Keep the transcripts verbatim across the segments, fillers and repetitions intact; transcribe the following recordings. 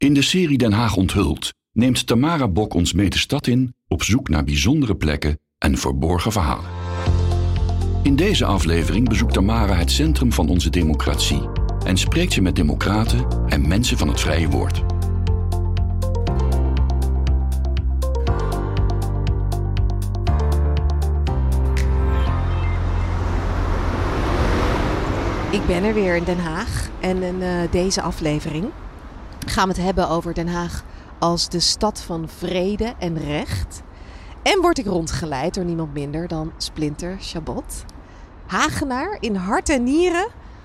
In de serie Den Haag onthuld neemt Tamara Bok ons mee de stad in op zoek naar bijzondere plekken en verborgen verhalen. In deze aflevering bezoekt Tamara het centrum van onze democratie en spreekt ze met democraten en mensen van het vrije woord. Ik ben er weer in Den Haag en in uh, deze aflevering gaan we het hebben over Den Haag als de stad van vrede en recht. En word ik rondgeleid door niemand minder dan Splinter Chabot. Hagenaar in hart en nieren?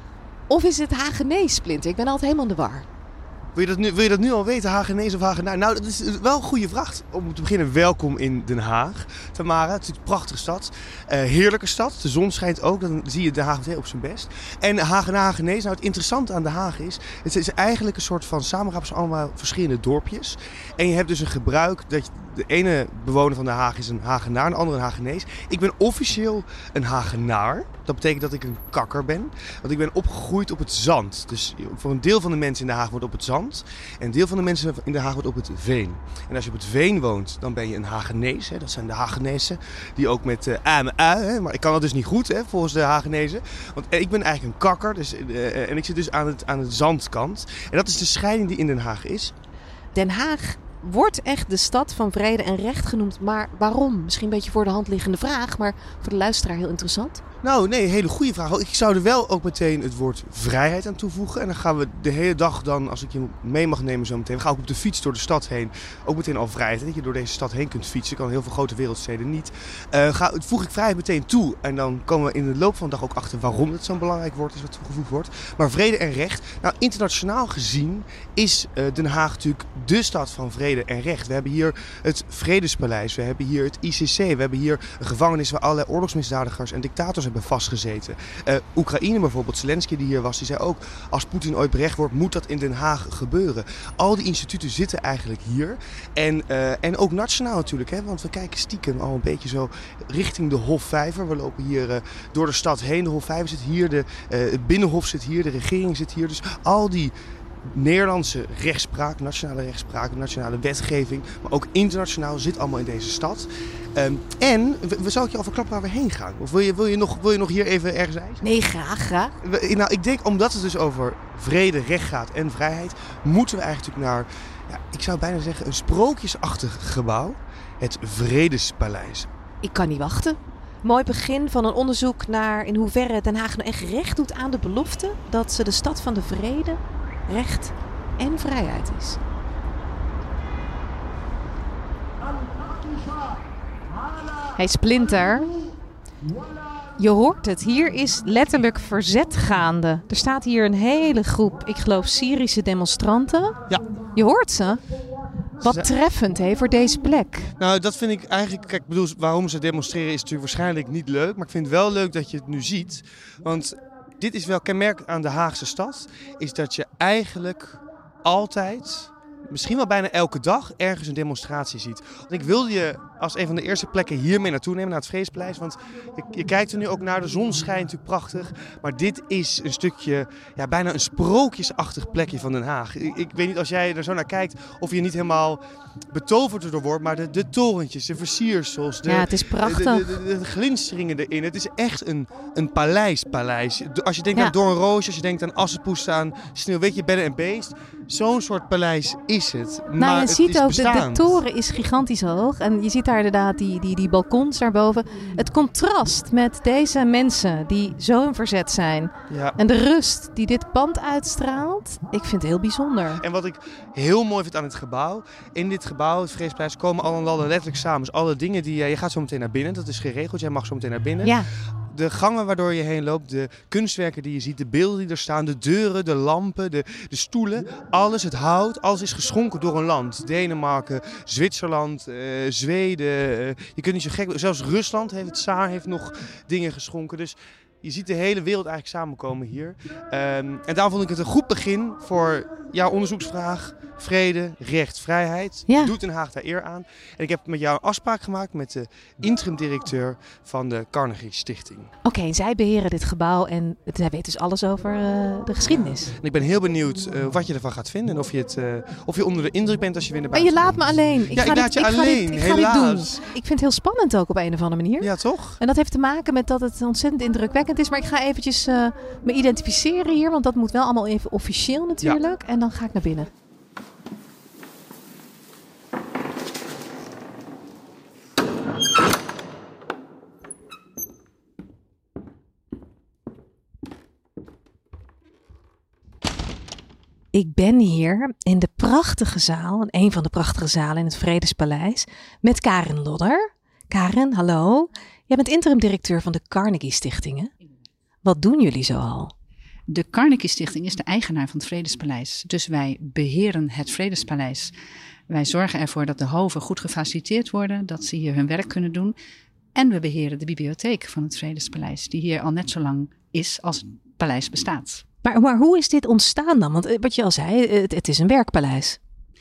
Of is het Hagenees, Splinter? Ik ben altijd helemaal in de war. Wil je, dat nu, wil je dat nu al weten, Hagenees of Hagenaar? Nou, dat is wel een goede vraag. Om te beginnen, welkom in Den Haag, Tamara. Het is een prachtige stad. Uh, heerlijke stad. De zon schijnt ook. Dan zie je Den Haag meteen op zijn best. En Hagenaar, Hagenees. Nou, het interessante aan Den Haag is... Het is eigenlijk een soort van samenraap van allemaal verschillende dorpjes. En je hebt dus een gebruik dat... Je, de ene bewoner van Den Haag is een Hagenaar, een andere een Hagenees. Ik ben officieel een Hagenaar. Dat betekent dat ik een kakker ben. Want ik ben opgegroeid op het zand. Dus voor een deel van de mensen in Den Haag wordt op het zand. En een deel van de mensen in Den Haag wordt op het veen. En als je op het veen woont, dan ben je een Hagenees. Hè. Dat zijn de Hagenezen. Die ook met uh, a, m, a, hè. Maar ik kan dat dus niet goed, hè, volgens de Hagenezen. Want ik ben eigenlijk een kakker. Dus, uh, en ik zit dus aan het, aan het zandkant. En dat is de scheiding die in Den Haag is. Den Haag wordt echt de stad van vrede en recht genoemd. Maar waarom? Misschien een beetje voor de hand liggende vraag, maar voor de luisteraar heel interessant. Nou, nee, hele goede vraag. Ik zou er wel ook meteen het woord vrijheid aan toevoegen. En dan gaan we de hele dag dan, als ik je mee mag nemen zo meteen, ga ik op de fiets door de stad heen. Ook meteen al vrijheid. Dat je door deze stad heen kunt fietsen. Kan heel veel grote wereldsteden niet. Uh, ga, voeg ik vrijheid meteen toe. En dan komen we in de loop van de dag ook achter waarom het zo'n belangrijk woord is wat toegevoegd wordt. Maar vrede en recht. Nou, internationaal gezien is uh, Den Haag natuurlijk de stad van vrede en recht. We hebben hier het Vredespaleis. We hebben hier het I C C. We hebben hier een gevangenis waar allerlei oorlogsmisdadigers en dictators hebben vastgezeten. Uh, Oekraïne bijvoorbeeld, Zelensky die hier was, die zei ook, als Poetin ooit berecht wordt, moet dat in Den Haag gebeuren. Al die instituten zitten eigenlijk hier. En, uh, en ook nationaal natuurlijk, hè, want we kijken stiekem al een beetje zo richting de Hofvijver. We lopen hier uh, door de stad heen. De Hofvijver zit hier, de, uh, het Binnenhof zit hier, de regering zit hier. Dus al die Nederlandse rechtspraak, nationale rechtspraak, nationale wetgeving, maar ook internationaal zit allemaal in deze stad. Um, en, we, zal ik je al verklappen waar we heen gaan? Of wil je, wil je, nog, wil je nog hier even ergens zijn? Nee, graag, graag. We, nou, ik denk, omdat het dus over vrede, recht gaat en vrijheid, moeten we eigenlijk naar, ja, ik zou bijna zeggen, een sprookjesachtig gebouw. Het Vredespaleis. Ik kan niet wachten. Mooi begin van een onderzoek naar in hoeverre Den Haag nou echt recht doet aan de belofte dat ze de stad van de vrede, recht en vrijheid is. Hey Splinter, je hoort het. Hier is letterlijk verzet gaande. Er staat hier een hele groep, ik geloof Syrische demonstranten. Ja. Je hoort ze. Wat treffend, hè, voor deze plek. Nou, dat vind ik eigenlijk... Kijk, ik bedoel, waarom ze demonstreren is natuurlijk waarschijnlijk niet leuk. Maar ik vind het wel leuk dat je het nu ziet. Want dit is wel kenmerkend aan de Haagse stad. Is dat je eigenlijk altijd, misschien wel bijna elke dag, ergens een demonstratie ziet. Want ik wilde je als een van de eerste plekken hiermee naartoe nemen, naar het Vredespaleis. Want je, je kijkt er nu ook naar, de zon schijnt natuurlijk prachtig. Maar dit is een stukje, ja, bijna een sprookjesachtig plekje van Den Haag. Ik, ik weet niet, als jij er zo naar kijkt, of je niet helemaal betoverd erdoor wordt. Maar de, de torentjes, de versiersels, de, ja, het is prachtig. De, de, de, de glinsteringen erin. Het is echt een, een paleispaleis. Als je denkt ja. aan Doornroosje, als je denkt aan Assepoester, aan Sneeuwwitje, Bedden en Beest. Zo'n soort paleis is het. Nou, maar je het ziet is ook, de, de bestaand. toren is gigantisch hoog. En je ziet daar inderdaad die, die, die balkons daarboven. Het contrast met deze mensen die zo in verzet zijn. Ja. En de rust die dit pand uitstraalt. Ik vind het heel bijzonder. En wat ik heel mooi vind aan het gebouw. In dit gebouw, het Vredespaleis, komen alle landen letterlijk samen. Dus alle dingen die... Je gaat zo meteen naar binnen. Dat is geregeld. Jij mag zo meteen naar binnen. Ja. De gangen waardoor je heen loopt, de kunstwerken die je ziet, de beelden die er staan, de deuren, de lampen, de, de stoelen, alles, het hout, alles is geschonken door een land. Denemarken, Zwitserland, uh, Zweden, uh, je kunt niet zo gek, zelfs Rusland heeft, het Tsaar heeft nog dingen geschonken. Dus je ziet de hele wereld eigenlijk samenkomen hier. Um, en daarom vond ik het een goed begin voor jouw onderzoeksvraag, vrede, recht, vrijheid. Ja. Doet Den Haag daar eer aan. En ik heb met jou een afspraak gemaakt met de interim-directeur van de Carnegie Stichting. Oké, okay, zij beheren dit gebouw en zij weet dus alles over uh, de geschiedenis. En ik ben heel benieuwd uh, wat je ervan gaat vinden en of je, het, uh, of je onder de indruk bent als je weer naar buiten komt. Maar je laat me alleen. Ik ja, ga ik laat dit, je ik alleen, ga dit, ik helaas. Ga dit doen. Ik vind het heel spannend ook op een of andere manier. Ja, toch? En dat heeft te maken met dat het ontzettend indrukwekkend is. Maar ik ga eventjes uh, me identificeren hier, want dat moet wel allemaal even officieel natuurlijk. Ja. En dan ga ik naar binnen. Ik ben hier in de prachtige zaal, een van de prachtige zalen in het Vredespaleis, met Karen Lodder. Karen, hallo. Jij bent interim-directeur van de Carnegie Stichting. Wat doen jullie zoal? De Carnegie Stichting is de eigenaar van het Vredespaleis. Dus wij beheren het Vredespaleis. Wij zorgen ervoor dat de hoven goed gefaciliteerd worden, dat ze hier hun werk kunnen doen. En we beheren de bibliotheek van het Vredespaleis, die hier al net zo lang is als het paleis bestaat. Maar, maar hoe is dit ontstaan dan? Want wat je al zei, het, het is een werkpaleis.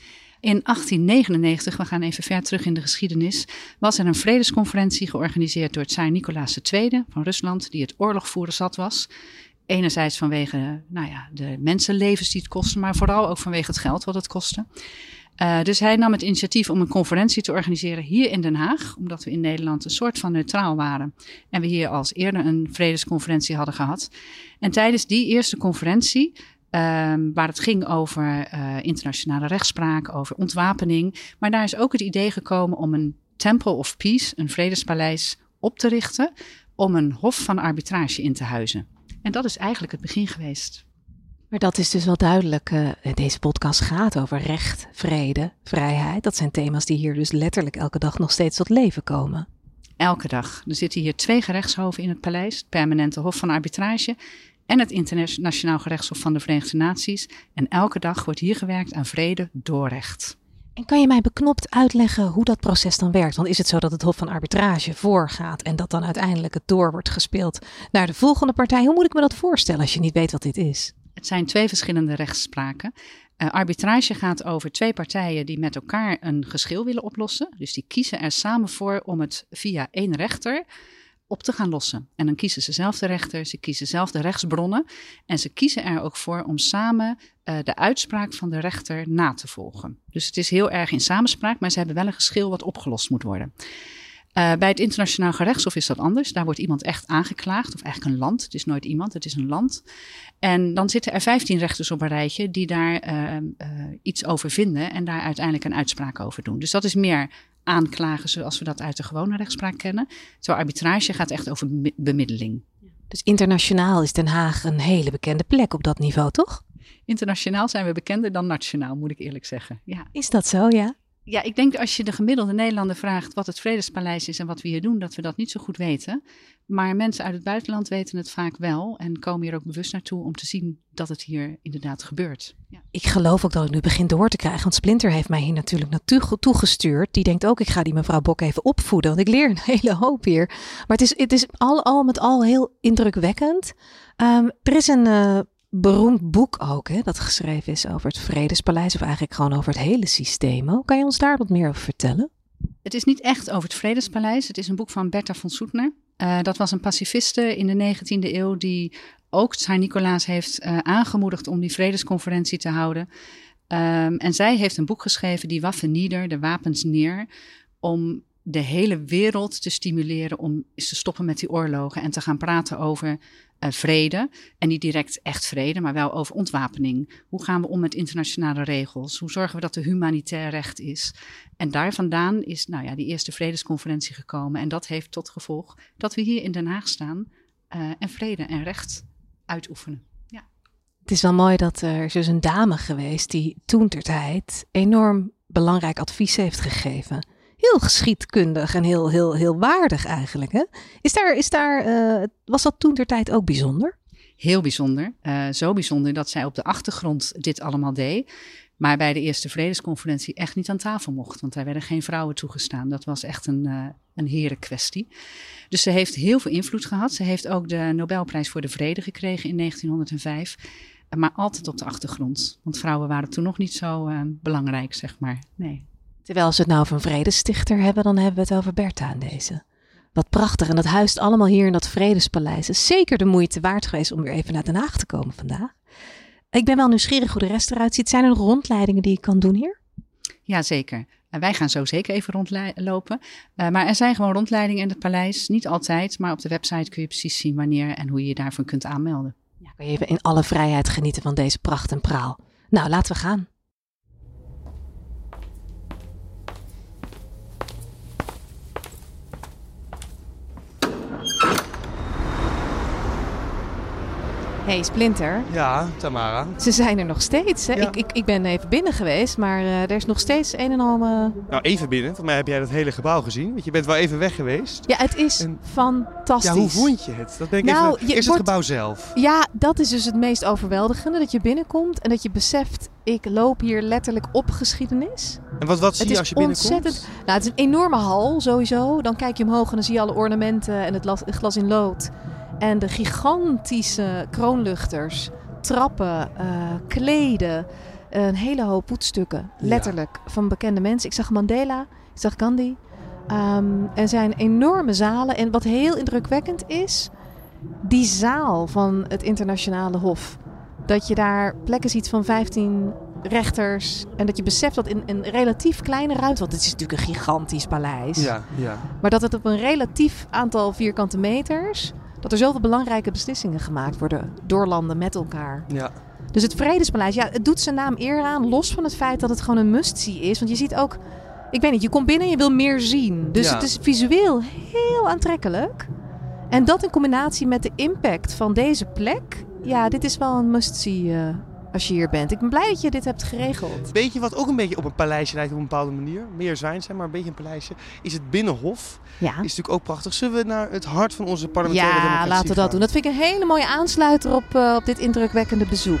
In achttien negenennegentig, we gaan even ver terug in de geschiedenis, was er een vredesconferentie georganiseerd door Tsaar Nicolaas de Tweede van Rusland, die het oorlogvoeren zat was. Enerzijds vanwege nou ja, de mensenlevens die het kostte, maar vooral ook vanwege het geld wat het kostte. Uh, dus hij nam het initiatief om een conferentie te organiseren hier in Den Haag, omdat we in Nederland een soort van neutraal waren. En we hier als eerder een vredesconferentie hadden gehad. En tijdens die eerste conferentie, uh, waar het ging over uh, internationale rechtspraak, over ontwapening. Maar daar is ook het idee gekomen om een Temple of Peace, een vredespaleis, op te richten, om een hof van arbitrage in te huizen. En dat is eigenlijk het begin geweest. Maar dat is dus wel duidelijk. Uh, deze podcast gaat over recht, vrede, vrijheid. Dat zijn thema's die hier dus letterlijk elke dag nog steeds tot leven komen. Elke dag. Er zitten hier twee gerechtshoven in het paleis. Het permanente hof van arbitrage en het internationaal gerechtshof van de Verenigde Naties. En elke dag wordt hier gewerkt aan vrede door recht. En kan je mij beknopt uitleggen hoe dat proces dan werkt? Want is het zo dat het hof van arbitrage voorgaat en dat dan uiteindelijk het door wordt gespeeld naar de volgende partij? Hoe moet ik me dat voorstellen als je niet weet wat dit is? Het zijn twee verschillende rechtsspraken. Uh, arbitrage gaat over twee partijen die met elkaar een geschil willen oplossen. Dus die kiezen er samen voor om het via één rechter op te gaan lossen. En dan kiezen ze zelf de rechter, ze kiezen zelf de rechtsbronnen. En ze kiezen er ook voor om samen uh, de uitspraak van de rechter na te volgen. Dus het is heel erg in samenspraak, maar ze hebben wel een geschil wat opgelost moet worden. Uh, bij het internationaal gerechtshof is dat anders. Daar wordt iemand echt aangeklaagd, of eigenlijk een land. Het is nooit iemand, het is een land. En dan zitten er vijftien rechters op een rijtje die daar uh, uh, iets over vinden en daar uiteindelijk een uitspraak over doen. Dus dat is meer aanklagen zoals we dat uit de gewone rechtspraak kennen. Terwijl arbitrage gaat echt over bemiddeling. Dus internationaal is Den Haag een hele bekende plek op dat niveau, toch? Internationaal zijn we bekender dan nationaal, moet ik eerlijk zeggen. Ja. Is dat zo, ja? Ja, ik denk als je de gemiddelde Nederlander vraagt wat het Vredespaleis is en wat we hier doen, dat we dat niet zo goed weten. Maar mensen uit het buitenland weten het vaak wel en komen hier ook bewust naartoe om te zien dat het hier inderdaad gebeurt. Ja. Ik geloof ook dat ik nu begin door te krijgen, want Splinter heeft mij hier natuurlijk naartoe toegestuurd. Die denkt ook, ik ga die mevrouw Bok even opvoeden, want ik leer een hele hoop hier. Maar het is, het is al, al met al heel indrukwekkend. Um, er is een Uh, beroemd boek ook, hè, dat geschreven is over het Vredespaleis, of eigenlijk gewoon over het hele systeem. Hoe kan je ons daar wat meer over vertellen? Het is niet echt over het Vredespaleis. Het is een boek van Bertha von Suttner. Uh, dat was een pacifiste in de negentiende eeuw die ook Tsaar Nicolaas heeft uh, aangemoedigd om die vredesconferentie te houden. Um, en zij heeft een boek geschreven, Die Waffen Nieder, de wapens neer, om de hele wereld te stimuleren om eens te stoppen met die oorlogen en te gaan praten over uh, vrede. En niet direct echt vrede, maar wel over ontwapening. Hoe gaan we om met internationale regels? Hoe zorgen we dat er humanitair recht is? En daar vandaan is nou ja, die eerste vredesconferentie gekomen. En dat heeft tot gevolg dat we hier in Den Haag staan uh, en vrede en recht uitoefenen. Ja. Het is wel mooi dat er is dus een dame geweest die toen ter tijd enorm belangrijk advies heeft gegeven. Heel geschiedkundig en heel, heel, heel waardig eigenlijk. Hè? Is daar, is daar, uh, was dat toen ter tijd ook bijzonder? Heel bijzonder. Uh, zo bijzonder dat zij op de achtergrond dit allemaal deed. Maar bij de eerste vredesconferentie echt niet aan tafel mocht. Want daar werden geen vrouwen toegestaan. Dat was echt een, uh, een herenkwestie. Dus ze heeft heel veel invloed gehad. Ze heeft ook de Nobelprijs voor de Vrede gekregen in negentienhonderdvijf. Maar altijd op de achtergrond. Want vrouwen waren toen nog niet zo uh, belangrijk, zeg maar. Nee. Terwijl als we het nou over een vredestichter hebben, dan hebben we het over Bertha in deze. Wat prachtig. En dat huist allemaal hier in dat Vredespaleis. Het is zeker de moeite waard geweest om weer even naar Den Haag te komen vandaag. Ik ben wel nieuwsgierig hoe de rest eruit ziet. Zijn er nog rondleidingen die ik kan doen hier? Ja, zeker. En wij gaan zo zeker even rondlopen. Uh, maar er zijn gewoon rondleidingen in het paleis. Niet altijd, maar op de website kun je precies zien wanneer en hoe je je daarvoor kunt aanmelden. Ja, kun je even in alle vrijheid genieten van deze pracht en praal. Nou, laten we gaan. Hey Splinter. Ja, Tamara. Ze zijn er nog steeds. Hè? Ja. Ik, ik, ik ben even binnen geweest, maar uh, er is nog steeds een en al... Uh... Nou, even binnen. Voor mij heb jij dat hele gebouw gezien. Want je bent wel even weg geweest. Ja, het is en... fantastisch. Ja, hoe vond je het? Dat ben ik nou, even... Eerst wordt... het gebouw zelf. Ja, dat is dus het meest overweldigende. Dat je binnenkomt en dat je beseft, ik loop hier letterlijk op geschiedenis. En wat, wat zie je als je binnenkomt? Ontzettend... Nou, het is een enorme hal sowieso. Dan kijk je omhoog en dan zie je alle ornamenten en het glas in lood. En de gigantische kroonluchters, trappen, uh, kleden, een hele hoop voetstukken. Letterlijk, ja. Van bekende mensen. Ik zag Mandela, ik zag Gandhi. Um, er zijn enorme zalen. En wat heel indrukwekkend is, die zaal van het internationale hof. Dat je daar plekken ziet van vijftien rechters. En dat je beseft dat in een relatief kleine ruimte, want het is natuurlijk een gigantisch paleis. Ja, ja. Maar dat het op een relatief aantal vierkante meters, dat er zoveel belangrijke beslissingen gemaakt worden door landen met elkaar. Ja. Dus het Vredespaleis, ja, het doet zijn naam eer aan, los van het feit dat het gewoon een must-see is. Want je ziet ook, ik weet niet, je komt binnen en je wil meer zien. Dus ja. Het is visueel heel aantrekkelijk. En dat in combinatie met de impact van deze plek, ja, dit is wel een must-see uh, als je hier bent. Ik ben blij dat je dit hebt geregeld. Weet je wat ook een beetje op een paleisje lijkt op een bepaalde manier? Meer zwijn zijn, maar een beetje een paleisje. Is het Binnenhof. Ja. Is natuurlijk ook prachtig. Zullen we naar het hart van onze parlementaire ja, democratie laten we dat gaan? doen. Dat vind ik een hele mooie aansluiter op, uh, op dit indrukwekkende bezoek.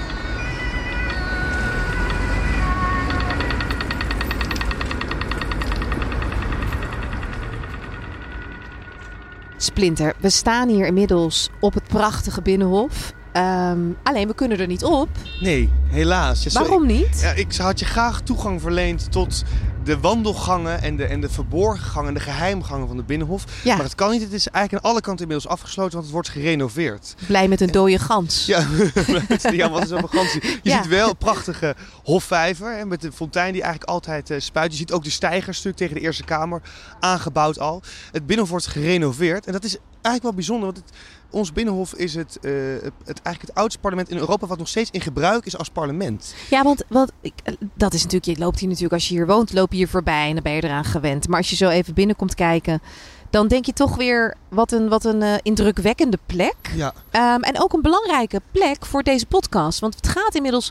Splinter, we staan hier inmiddels op het prachtige Binnenhof. Um, alleen, we kunnen er niet op. Nee, helaas. Ja, Waarom ik, niet? Ja, ik had je graag toegang verleend tot de wandelgangen en de, en de verborgen gangen en de geheimgangen van de Binnenhof. Ja. Maar het kan niet. Het is eigenlijk aan alle kanten inmiddels afgesloten, want het wordt gerenoveerd. Blij met een dode gans. Ja, ja, wat is op een gans? Je ja. ziet wel een prachtige hofvijver hè, met de fontein die eigenlijk altijd uh, spuit. Je ziet ook de steigerstuk tegen de Eerste Kamer aangebouwd al. Het Binnenhof wordt gerenoveerd en dat is eigenlijk wel bijzonder, want het, ons Binnenhof is het, uh, het, eigenlijk het oudste parlement in Europa wat nog steeds in gebruik is als parlement. Ja, want wat, ik, dat is natuurlijk, je loopt hier natuurlijk, als je hier woont, loop je hier voorbij en dan ben je eraan gewend. Maar als je zo even binnenkomt kijken, dan denk je toch weer, wat een, wat een uh, indrukwekkende plek. Ja. Um, en ook een belangrijke plek voor deze podcast. Want het gaat inmiddels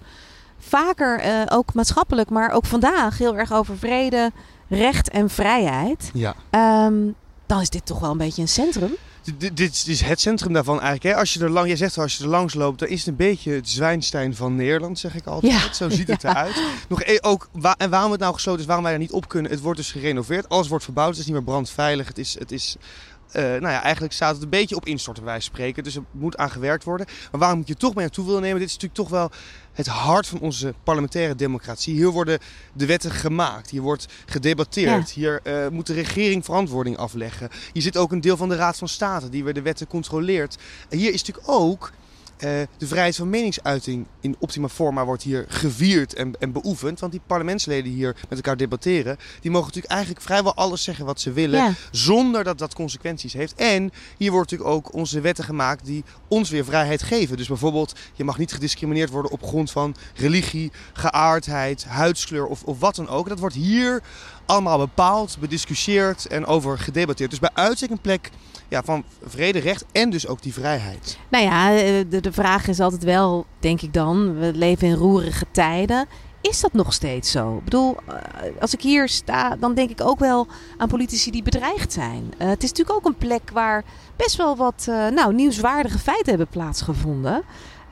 vaker, uh, ook maatschappelijk, maar ook vandaag heel erg over vrede, recht en vrijheid. Ja. Um, dan is dit toch wel een beetje een centrum. Dit, dit is het centrum daarvan eigenlijk. Hè? Als je er lang, jij zegt als je er langs loopt, dan is het een beetje het Zwijnstein van Nederland, zeg ik altijd. Ja. Zo ziet het ja. eruit. Nog e- ook, wa- en waarom het nou gesloten is, waarom wij er niet op kunnen. Het wordt dus gerenoveerd. Alles wordt verbouwd. Het is niet meer brandveilig. Het is, het is uh, nou ja, eigenlijk staat het een beetje op instorten, wij spreken. Dus er moet aan gewerkt worden. Maar waarom ik je toch mee naartoe wil nemen, dit is natuurlijk toch wel het hart van onze parlementaire democratie. Hier worden de wetten gemaakt. Hier wordt gedebatteerd. Ja. Hier uh, moet de regering verantwoording afleggen. Hier zit ook een deel van de Raad van State die weer de wetten controleert. En hier is natuurlijk ook uh, de vrijheid van meningsuiting in optima forma wordt hier gevierd en, en beoefend. Want die parlementsleden hier met elkaar debatteren, die mogen natuurlijk eigenlijk vrijwel alles zeggen wat ze willen. Ja. Zonder dat dat consequenties heeft. En hier wordt natuurlijk ook onze wetten gemaakt die ons weer vrijheid geven. Dus bijvoorbeeld, je mag niet gediscrimineerd worden op grond van religie, geaardheid, huidskleur of, of wat dan ook. Dat wordt hier allemaal bepaald, bediscussieerd en over gedebatteerd. Dus bij uitstek een plek ja, van vrede, recht en dus ook die vrijheid. Nou ja, de, de vraag is altijd wel, denk ik dan, we leven in roerige tijden. Is dat nog steeds zo? Ik bedoel, als ik hier sta, dan denk ik ook wel aan politici die bedreigd zijn. Uh, het is natuurlijk ook een plek waar best wel wat uh, nou, nieuwswaardige feiten hebben plaatsgevonden.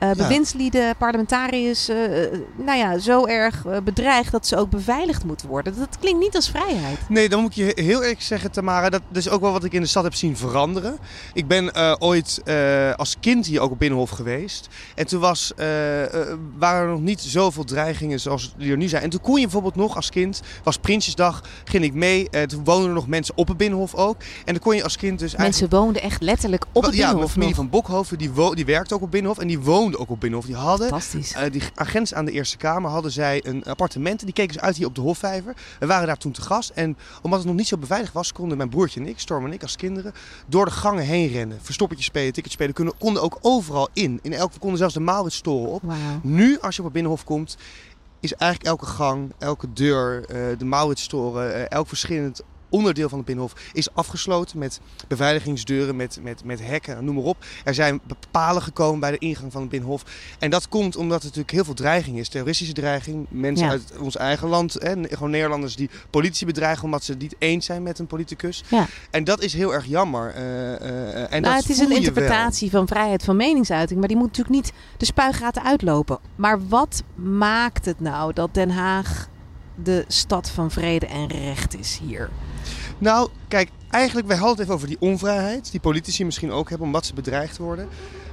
uh, bewindslieden, parlementariërs, uh, nou ja, zo erg uh, bedreigd dat ze ook beveiligd moeten worden. Dat klinkt niet als vrijheid. Nee, dan moet je heel eerlijk zeggen, Tamara, dat is ook wel wat ik in de stad heb zien veranderen. Ik ben uh, ooit uh, als kind hier ook op Binnenhof geweest. En toen was, uh, uh, waren er nog niet zoveel dreigingen zoals die er nu zijn. En toen kon je bijvoorbeeld nog als kind, was Prinsjesdag, ging ik mee. Uh, toen woonden er nog mensen op het Binnenhof ook. En dan kon je als kind dus Mensen eigenlijk... woonden echt letterlijk op het ja, Binnenhof. Ja, mijn familie nog. van Bokhoven, die, wo- die werkte ook op Binnenhof en die woonde ook op Binnenhof. Die hadden, Fantastisch. Uh, die agents aan de Eerste Kamer hadden zij een appartement. Die keken ze uit hier op de Hofvijver. We waren daar toen te gast. En omdat het nog niet zo beveiligd was, konden mijn broertje en ik, Storm en ik als kinderen, door de gangen heen rennen. Verstoppertje spelen, tickets spelen. Konden, konden ook overal in. In elk, we konden zelfs de Mauritsstoren op. Wow. Nu, als je op het Binnenhof komt, is eigenlijk elke gang, elke deur, uh, de Mauritsstoren, uh, elk verschillend onderdeel van het Binnenhof is afgesloten met beveiligingsdeuren, met, met, met hekken, noem maar op. Er zijn palen gekomen bij de ingang van het Binnenhof. En dat komt omdat er natuurlijk heel veel dreiging is. Terroristische dreiging. Mensen ja. uit ons eigen land, hè, gewoon Nederlanders die politici bedreigen omdat ze het niet eens zijn met een politicus. Ja. En dat is heel erg jammer. Uh, uh, en nou, dat het is voel een je interpretatie wel. van vrijheid van meningsuiting, maar die moet natuurlijk niet de spuigaten uitlopen. Maar wat maakt het nou dat Den Haag de stad van vrede en recht is hier? Nou, kijk, eigenlijk, wij hadden het even over die onvrijheid, die politici misschien ook hebben omdat ze bedreigd worden.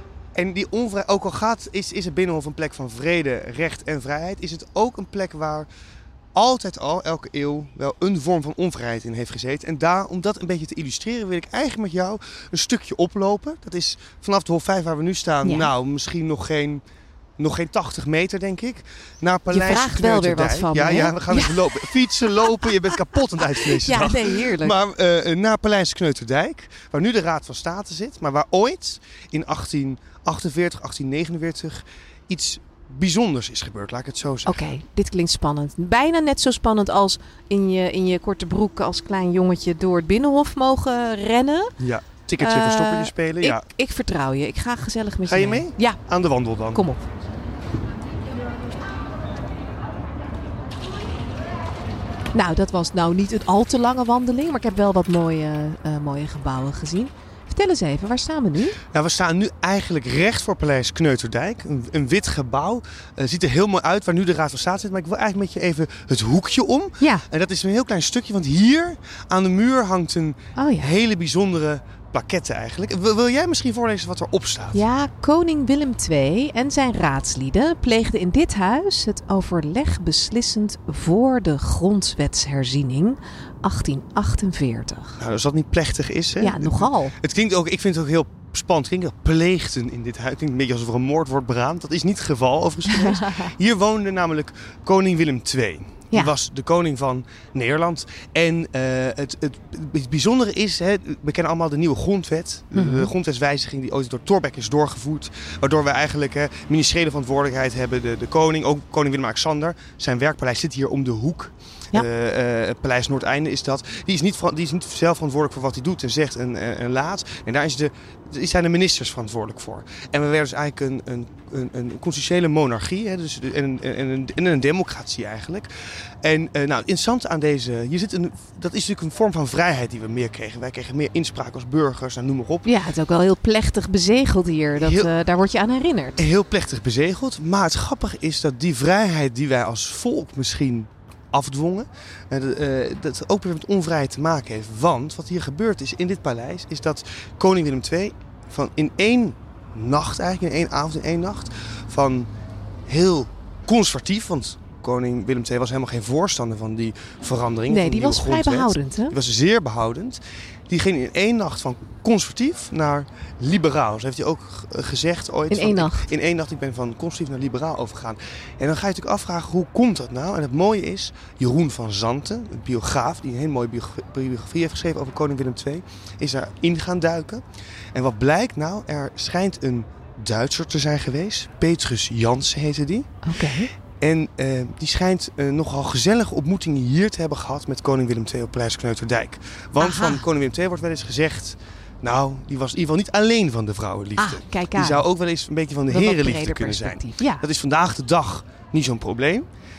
En die onvrijheid, ook al gaat, is, is het Binnenhof een plek van vrede, recht en vrijheid, is het ook een plek waar altijd al, elke eeuw, wel een vorm van onvrijheid in heeft gezeten. En daar, om dat een beetje te illustreren, wil ik eigenlijk met jou een stukje oplopen. Dat is vanaf de Hofvijver waar we nu staan, ja. nou, misschien nog geen... Nog geen tachtig meter, denk ik. Naar Paleis Je vraagt wel weer wat van me, Ja, hè? ja, we gaan ja. even lopen. Fietsen, lopen. Je bent kapot aan het uitvlezen. Ja, nee, heerlijk. Maar uh, naar Paleis Kneuterdijk, waar nu de Raad van State zit. Maar waar ooit in achttien achtenveertig, achttien negenenveertig iets bijzonders is gebeurd. Laat ik het zo zeggen. Oké, okay, dit klinkt spannend. Bijna net zo spannend als in je, in je korte broek als klein jongetje door het Binnenhof mogen rennen. Ja. Ticketje uh, verstoppertje spelen. Ik, ja. ik vertrouw je. Ik ga gezellig met ga je mee. Ga je mee? mee? Ja. Aan de wandel dan. Kom op. Nou, dat was nou niet een al te lange wandeling, maar ik heb wel wat mooie, uh, mooie gebouwen gezien. Vertel eens even, waar staan we nu? Nou, we staan nu eigenlijk recht voor Paleis Kneuterdijk. Een, een wit gebouw. Uh, ziet er heel mooi uit waar nu de Raad van State zit. Maar ik wil eigenlijk met je even het hoekje om. Ja. En dat is een heel klein stukje, want hier aan de muur hangt een oh, ja. hele bijzondere plaquette eigenlijk. Wil, wil jij misschien voorlezen wat erop staat? Ja, koning Willem de Tweede en zijn raadslieden pleegden in dit huis het overleg beslissend voor de grondwetsherziening achttien achtenveertig. Nou, als dat niet plechtig is, hè? Ja, nogal. Het, het klinkt ook, ik vind het ook heel spannend. Het klinkt ook pleegden in dit huis. Het klinkt een beetje alsof er een moord wordt beraamd. Dat is niet het geval overigens geweest. Hier woonde namelijk koning Willem de Tweede. Die ja. was de koning van Nederland. En uh, het, het, het bijzondere is, hè, we kennen allemaal de nieuwe grondwet. Mm-hmm. De grondwetswijziging die ooit door Thorbecke is doorgevoerd. Waardoor we eigenlijk hè, ministeriële verantwoordelijkheid hebben. De, de koning, ook koning Willem-Alexander. Zijn werkpaleis zit hier om de hoek. Ja. Uh, uh, Paleis Noordeinde is dat. Die is, niet, die is niet zelf verantwoordelijk voor wat hij doet en zegt en, en, en laat. En daar is de, zijn de ministers verantwoordelijk voor. En we werden dus eigenlijk een, een, een, een constitutionele monarchie. Hè, dus en, en, en, en een democratie eigenlijk. En uh, nou, interessant aan deze... Hier zit een, dat is natuurlijk een vorm van vrijheid die we meer kregen. Wij kregen meer inspraak als burgers, nou, noem maar op. Ja, het is ook wel heel plechtig bezegeld hier. Dat, heel, uh, daar word je aan herinnerd. Heel plechtig bezegeld. Maar het grappige is dat die vrijheid die wij als volk misschien afdwongen, uh, dat ook weer met onvrijheid te maken heeft. Want wat hier gebeurd is in dit paleis, is dat koning Willem de Tweede van in één nacht eigenlijk, in één avond, in één nacht, van heel conservatief, want koning Willem de Tweede was helemaal geen voorstander van die verandering. Nee, van die was vrij behoudend. Hè? Die was zeer behoudend. Die ging in één nacht van conservatief naar liberaal. Zo heeft hij ook gezegd ooit. In één van, nacht? In één nacht, ik ben van conservatief naar liberaal overgegaan. En dan ga je natuurlijk afvragen, hoe komt dat nou? En het mooie is, Jeroen van Zanten, een biograaf, die een hele mooie biografie heeft geschreven over koning Willem de Tweede, is daarin gaan duiken. En wat blijkt nou? Er schijnt een Duitser te zijn geweest. Petrus Jansen heette die. Oké. Okay. En uh, die schijnt uh, nogal gezellige ontmoetingen hier te hebben gehad met koning Willem de Tweede op Paleis Kneuterdijk. Want Aha. van koning Willem de Tweede wordt wel eens gezegd, nou, die was in ieder geval niet alleen van de vrouwenliefde. Ah, kijk aan. Die zou ook wel eens een beetje van de dat herenliefde kunnen zijn. Ja. Dat is vandaag de dag niet zo'n probleem.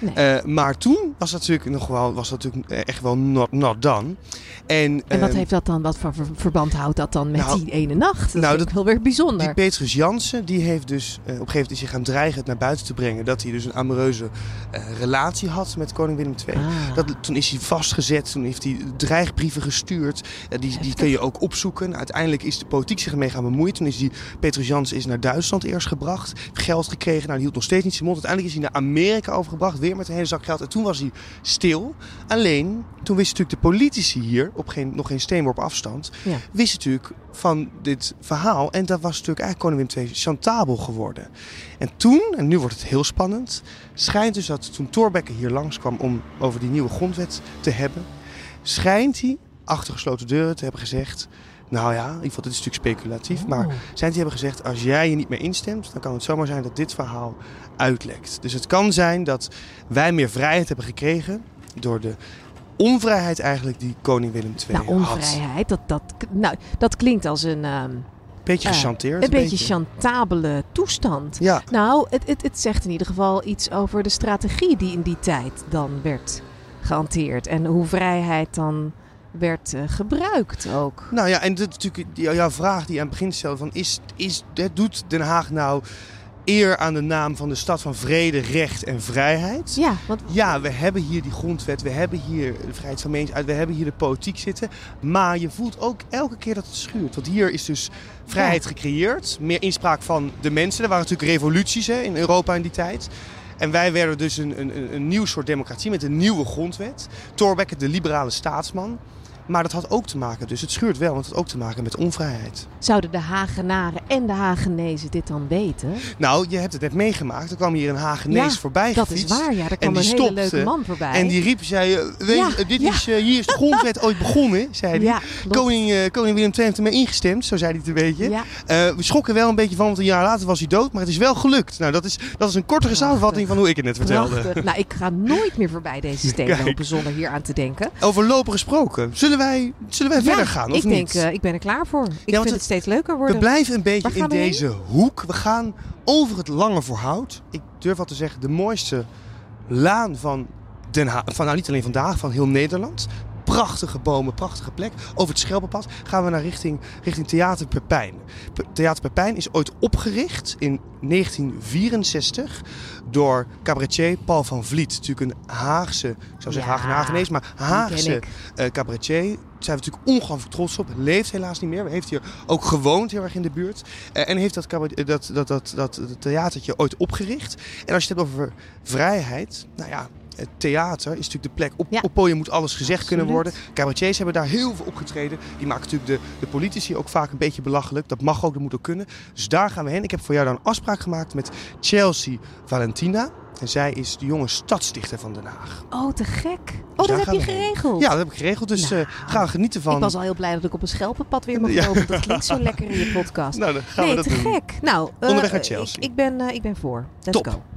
Nee. Uh, maar toen was dat natuurlijk nog wel, was dat natuurlijk echt wel not, not done. En, en wat um, heeft dat dan, wat voor verband houdt dat dan met nou, die ene nacht? Dat nou, is dat, wel weer bijzonder. Die Petrus Jansen, die heeft dus uh, op een gegeven moment is hij gaan dreigen het naar buiten te brengen dat hij dus een amoureuze uh, relatie had met koning Willem de Tweede. Ah. Dat, toen is hij vastgezet, toen heeft hij dreigbrieven gestuurd. Uh, die, die kun je ook opzoeken. Nou, uiteindelijk is de politiek zich ermee gaan bemoeien. Toen is die Petrus Jansen is naar Duitsland eerst gebracht, geld gekregen. Nou, die hield nog steeds niet zijn mond. Uiteindelijk is hij naar Amerika overgebracht, weer met een hele zak geld. En toen was hij stil. Alleen, toen wisten natuurlijk de politici hier, op geen, nog geen steenworp afstand, ja. wisten natuurlijk van dit verhaal. En dat was natuurlijk eigenlijk koning Willem de Tweede chantabel geworden. En toen, en nu wordt het heel spannend, schijnt dus dat toen Thorbecke hier langskwam om over die nieuwe grondwet te hebben, schijnt hij achter gesloten deuren te hebben gezegd, nou ja, in ieder geval, dit is natuurlijk speculatief, oh. maar zijn die hebben gezegd, als jij je niet meer instemt, dan kan het zomaar zijn dat dit verhaal uitlekt. Dus het kan zijn dat wij meer vrijheid hebben gekregen door de onvrijheid eigenlijk die koning Willem de Tweede nou, onvrijheid, had. Dat, dat, nou, dat klinkt als een Um... Beetje gechanteerd. Uh, een, een beetje chantabele toestand. Ja. Nou, het, het, het zegt in ieder geval iets over de strategie die in die tijd dan werd gehanteerd. En hoe vrijheid dan werd uh, gebruikt ook. Nou ja, en dat natuurlijk jouw vraag die je aan het begin stelde van is, is, doet Den Haag nou eer aan de naam van de stad van vrede, recht en vrijheid? Ja, want... ja, we hebben hier die grondwet, we hebben hier de vrijheid van meningsuiting, we hebben hier de politiek zitten. Maar je voelt ook elke keer dat het schuurt. Want hier is dus vrijheid ja. gecreëerd, meer inspraak van de mensen. Er waren natuurlijk revoluties hè, in Europa in die tijd. En wij werden dus een, een, een nieuw soort democratie met een nieuwe grondwet. Thorbecke, de liberale staatsman. Maar dat had ook te maken, dus het schuurt wel, want het had ook te maken met onvrijheid. Zouden de Hagenaren en de Hagenezen dit dan weten? Nou, je hebt het net meegemaakt. Er kwam hier een Hagenees ja, voorbij dat gefietst. is waar, ja. Er kwam een stopte, hele leuke man voorbij. En die riep, zei, weet, ja, dit ja. is, uh, hier is de grondwet ooit begonnen, zei hij. Ja, koning, uh, koning Willem de Tweede heeft ermee ingestemd, zo zei hij het een beetje. Ja. Uh, we schrokken wel een beetje van, want een jaar later was hij dood, maar het is wel gelukt. Nou, dat is, dat is een kortere samenvatting van hoe ik het net vertelde. Prachtig. Nou, ik ga nooit meer voorbij deze steen lopen zonder hier aan te denken. Over lopen gesproken. Zullen wij, zullen wij ja, verder gaan, of ik niet? denk, uh, ik ben er klaar voor. Ik ja, vind het, het steeds leuker worden. We blijven een beetje in we deze heen? hoek. We gaan over het Lange Voorhout. Ik durf wel te zeggen, de mooiste laan van Den Haag. Van, nou, niet alleen vandaag, van heel Nederland. Prachtige bomen, prachtige plek. Over het Schelpenpad gaan we naar richting, richting Theater Pepijn. Theater Pepijn is ooit opgericht in negentien vierenzestig door cabaretier Paul van Vliet. Natuurlijk een Haagse, ik zou zeggen ja, Hagenees, maar Haagse uh, cabaretier. Daar zijn we natuurlijk ongelooflijk trots op. Leeft helaas niet meer. Hij heeft hier ook gewoond, heel erg in de buurt. Uh, en heeft dat, dat, dat, dat, dat, dat theatertje ooit opgericht. En als je het hebt over vrijheid, nou ja, het theater is natuurlijk de plek. Op, ja. op podium moet alles gezegd Absoluut. kunnen worden. Cabaretiers hebben daar heel veel opgetreden. Die maken natuurlijk de, de politici ook vaak een beetje belachelijk. Dat mag ook, dat moet ook kunnen. Dus daar gaan we heen. Ik heb voor jou dan een afspraak gemaakt met Chelsea Valentina. En zij is de jonge stadsdichter van Den Haag. Oh, te gek. Oh, dus dat heb je geregeld? Ja, dat heb ik geregeld. Dus nou, uh, ga genieten van... Ik was al heel blij dat ik op een Schelpenpad weer mag ja. lopen. Dat klinkt zo lekker in je podcast. Nou, dan gaan nee, we dat te doen. gek. Nou, uh, onderweg naar Chelsea. Ik, ik, ben, uh, ik ben voor. Let's Top. go.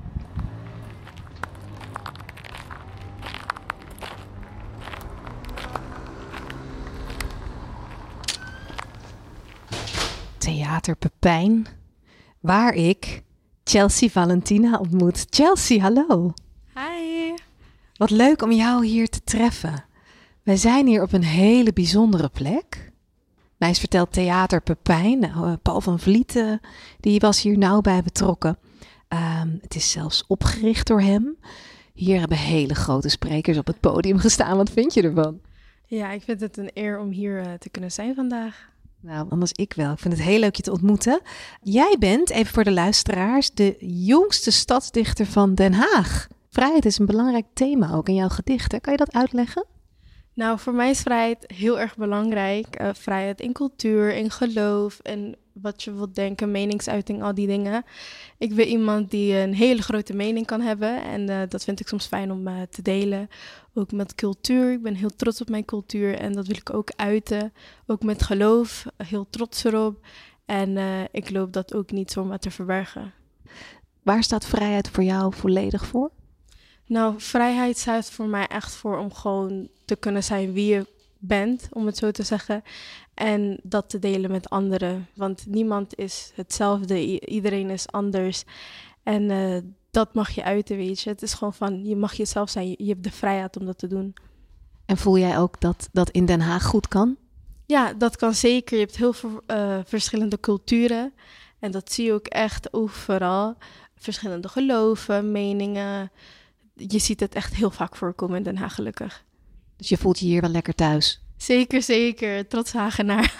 Theater Pepijn, waar ik Chelsea Valentina ontmoet. Chelsea, hallo. Hi. Wat leuk om jou hier te treffen. Wij zijn hier op een hele bijzondere plek. Mij is verteld Theater Pepijn. Uh, Paul van Vliet, die was hier nauw bij betrokken. Uh, het is zelfs opgericht door hem. Hier hebben hele grote sprekers op het podium gestaan. Wat vind je ervan? Ja, ik vind het een eer om hier uh, te kunnen zijn vandaag. Nou, anders ik wel. Ik vind het heel leuk je te ontmoeten. Jij bent, even voor de luisteraars, de jongste stadsdichter van Den Haag. Vrijheid is een belangrijk thema ook in jouw gedichten. Kan je dat uitleggen? Nou, voor mij is vrijheid heel erg belangrijk. Uh, vrijheid in cultuur, in geloof en wat je wilt denken, meningsuiting, al die dingen. Ik ben iemand die een hele grote mening kan hebben en uh, dat vind ik soms fijn om uh, te delen. Ook met cultuur. Ik ben heel trots op mijn cultuur en dat wil ik ook uiten. Ook met geloof, heel trots erop. En uh, ik loop dat ook niet zomaar te verbergen. Waar staat vrijheid voor jou volledig voor? Nou, vrijheid staat voor mij echt voor om gewoon te kunnen zijn wie je bent, om het zo te zeggen. En dat te delen met anderen. Want niemand is hetzelfde, I- iedereen is anders. En uh, dat mag je uiten, weet je. Het is gewoon van, je mag jezelf zijn. Je, je hebt de vrijheid om dat te doen. En voel jij ook dat dat in Den Haag goed kan? Ja, dat kan zeker. Je hebt heel veel uh, verschillende culturen. En dat zie je ook echt overal. Verschillende geloven, meningen. Je ziet het echt heel vaak voorkomen in Den Haag, gelukkig. Dus je voelt je hier wel lekker thuis? Zeker, zeker. Trots Hagenaar.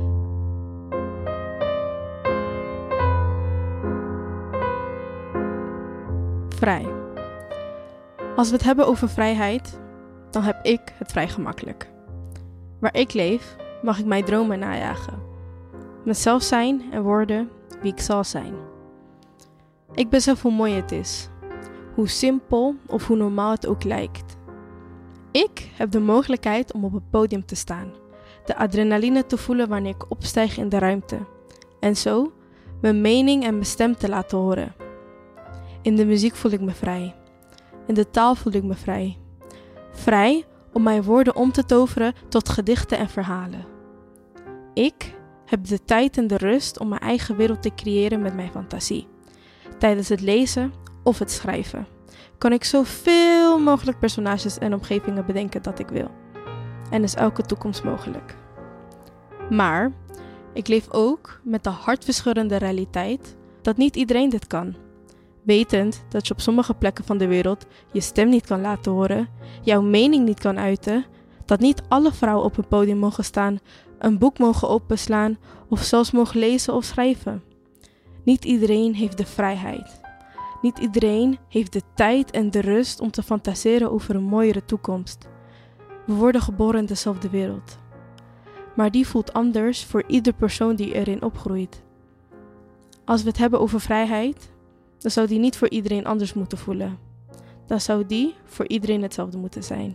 Vrij. Als we het hebben over vrijheid, dan heb ik het vrij gemakkelijk. Waar ik leef, mag ik mijn dromen najagen. Mezelf zijn en worden wie ik zal zijn. Ik besef hoe mooi het is. Hoe simpel of hoe normaal het ook lijkt. Ik heb de mogelijkheid om op het podium te staan. De adrenaline te voelen wanneer ik opstijg in de ruimte. En zo mijn mening en mijn stem te laten horen. In de muziek voel ik me vrij. In de taal voel ik me vrij. Vrij om mijn woorden om te toveren tot gedichten en verhalen. Ik heb de tijd en de rust om mijn eigen wereld te creëren met mijn fantasie. Tijdens het lezen of het schrijven kan ik zoveel mogelijk personages en omgevingen bedenken dat ik wil. En is elke toekomst mogelijk. Maar ik leef ook met de hartverscheurende realiteit dat niet iedereen dit kan. Wetend dat je op sommige plekken van de wereld je stem niet kan laten horen, jouw mening niet kan uiten, dat niet alle vrouwen op een podium mogen staan, een boek mogen openslaan of zelfs mogen lezen of schrijven. Niet iedereen heeft de vrijheid. Niet iedereen heeft de tijd en de rust om te fantaseren over een mooiere toekomst. We worden geboren in dezelfde wereld. Maar die voelt anders voor ieder persoon die erin opgroeit. Als we het hebben over vrijheid, dan zou die niet voor iedereen anders moeten voelen. Dan zou die voor iedereen hetzelfde moeten zijn.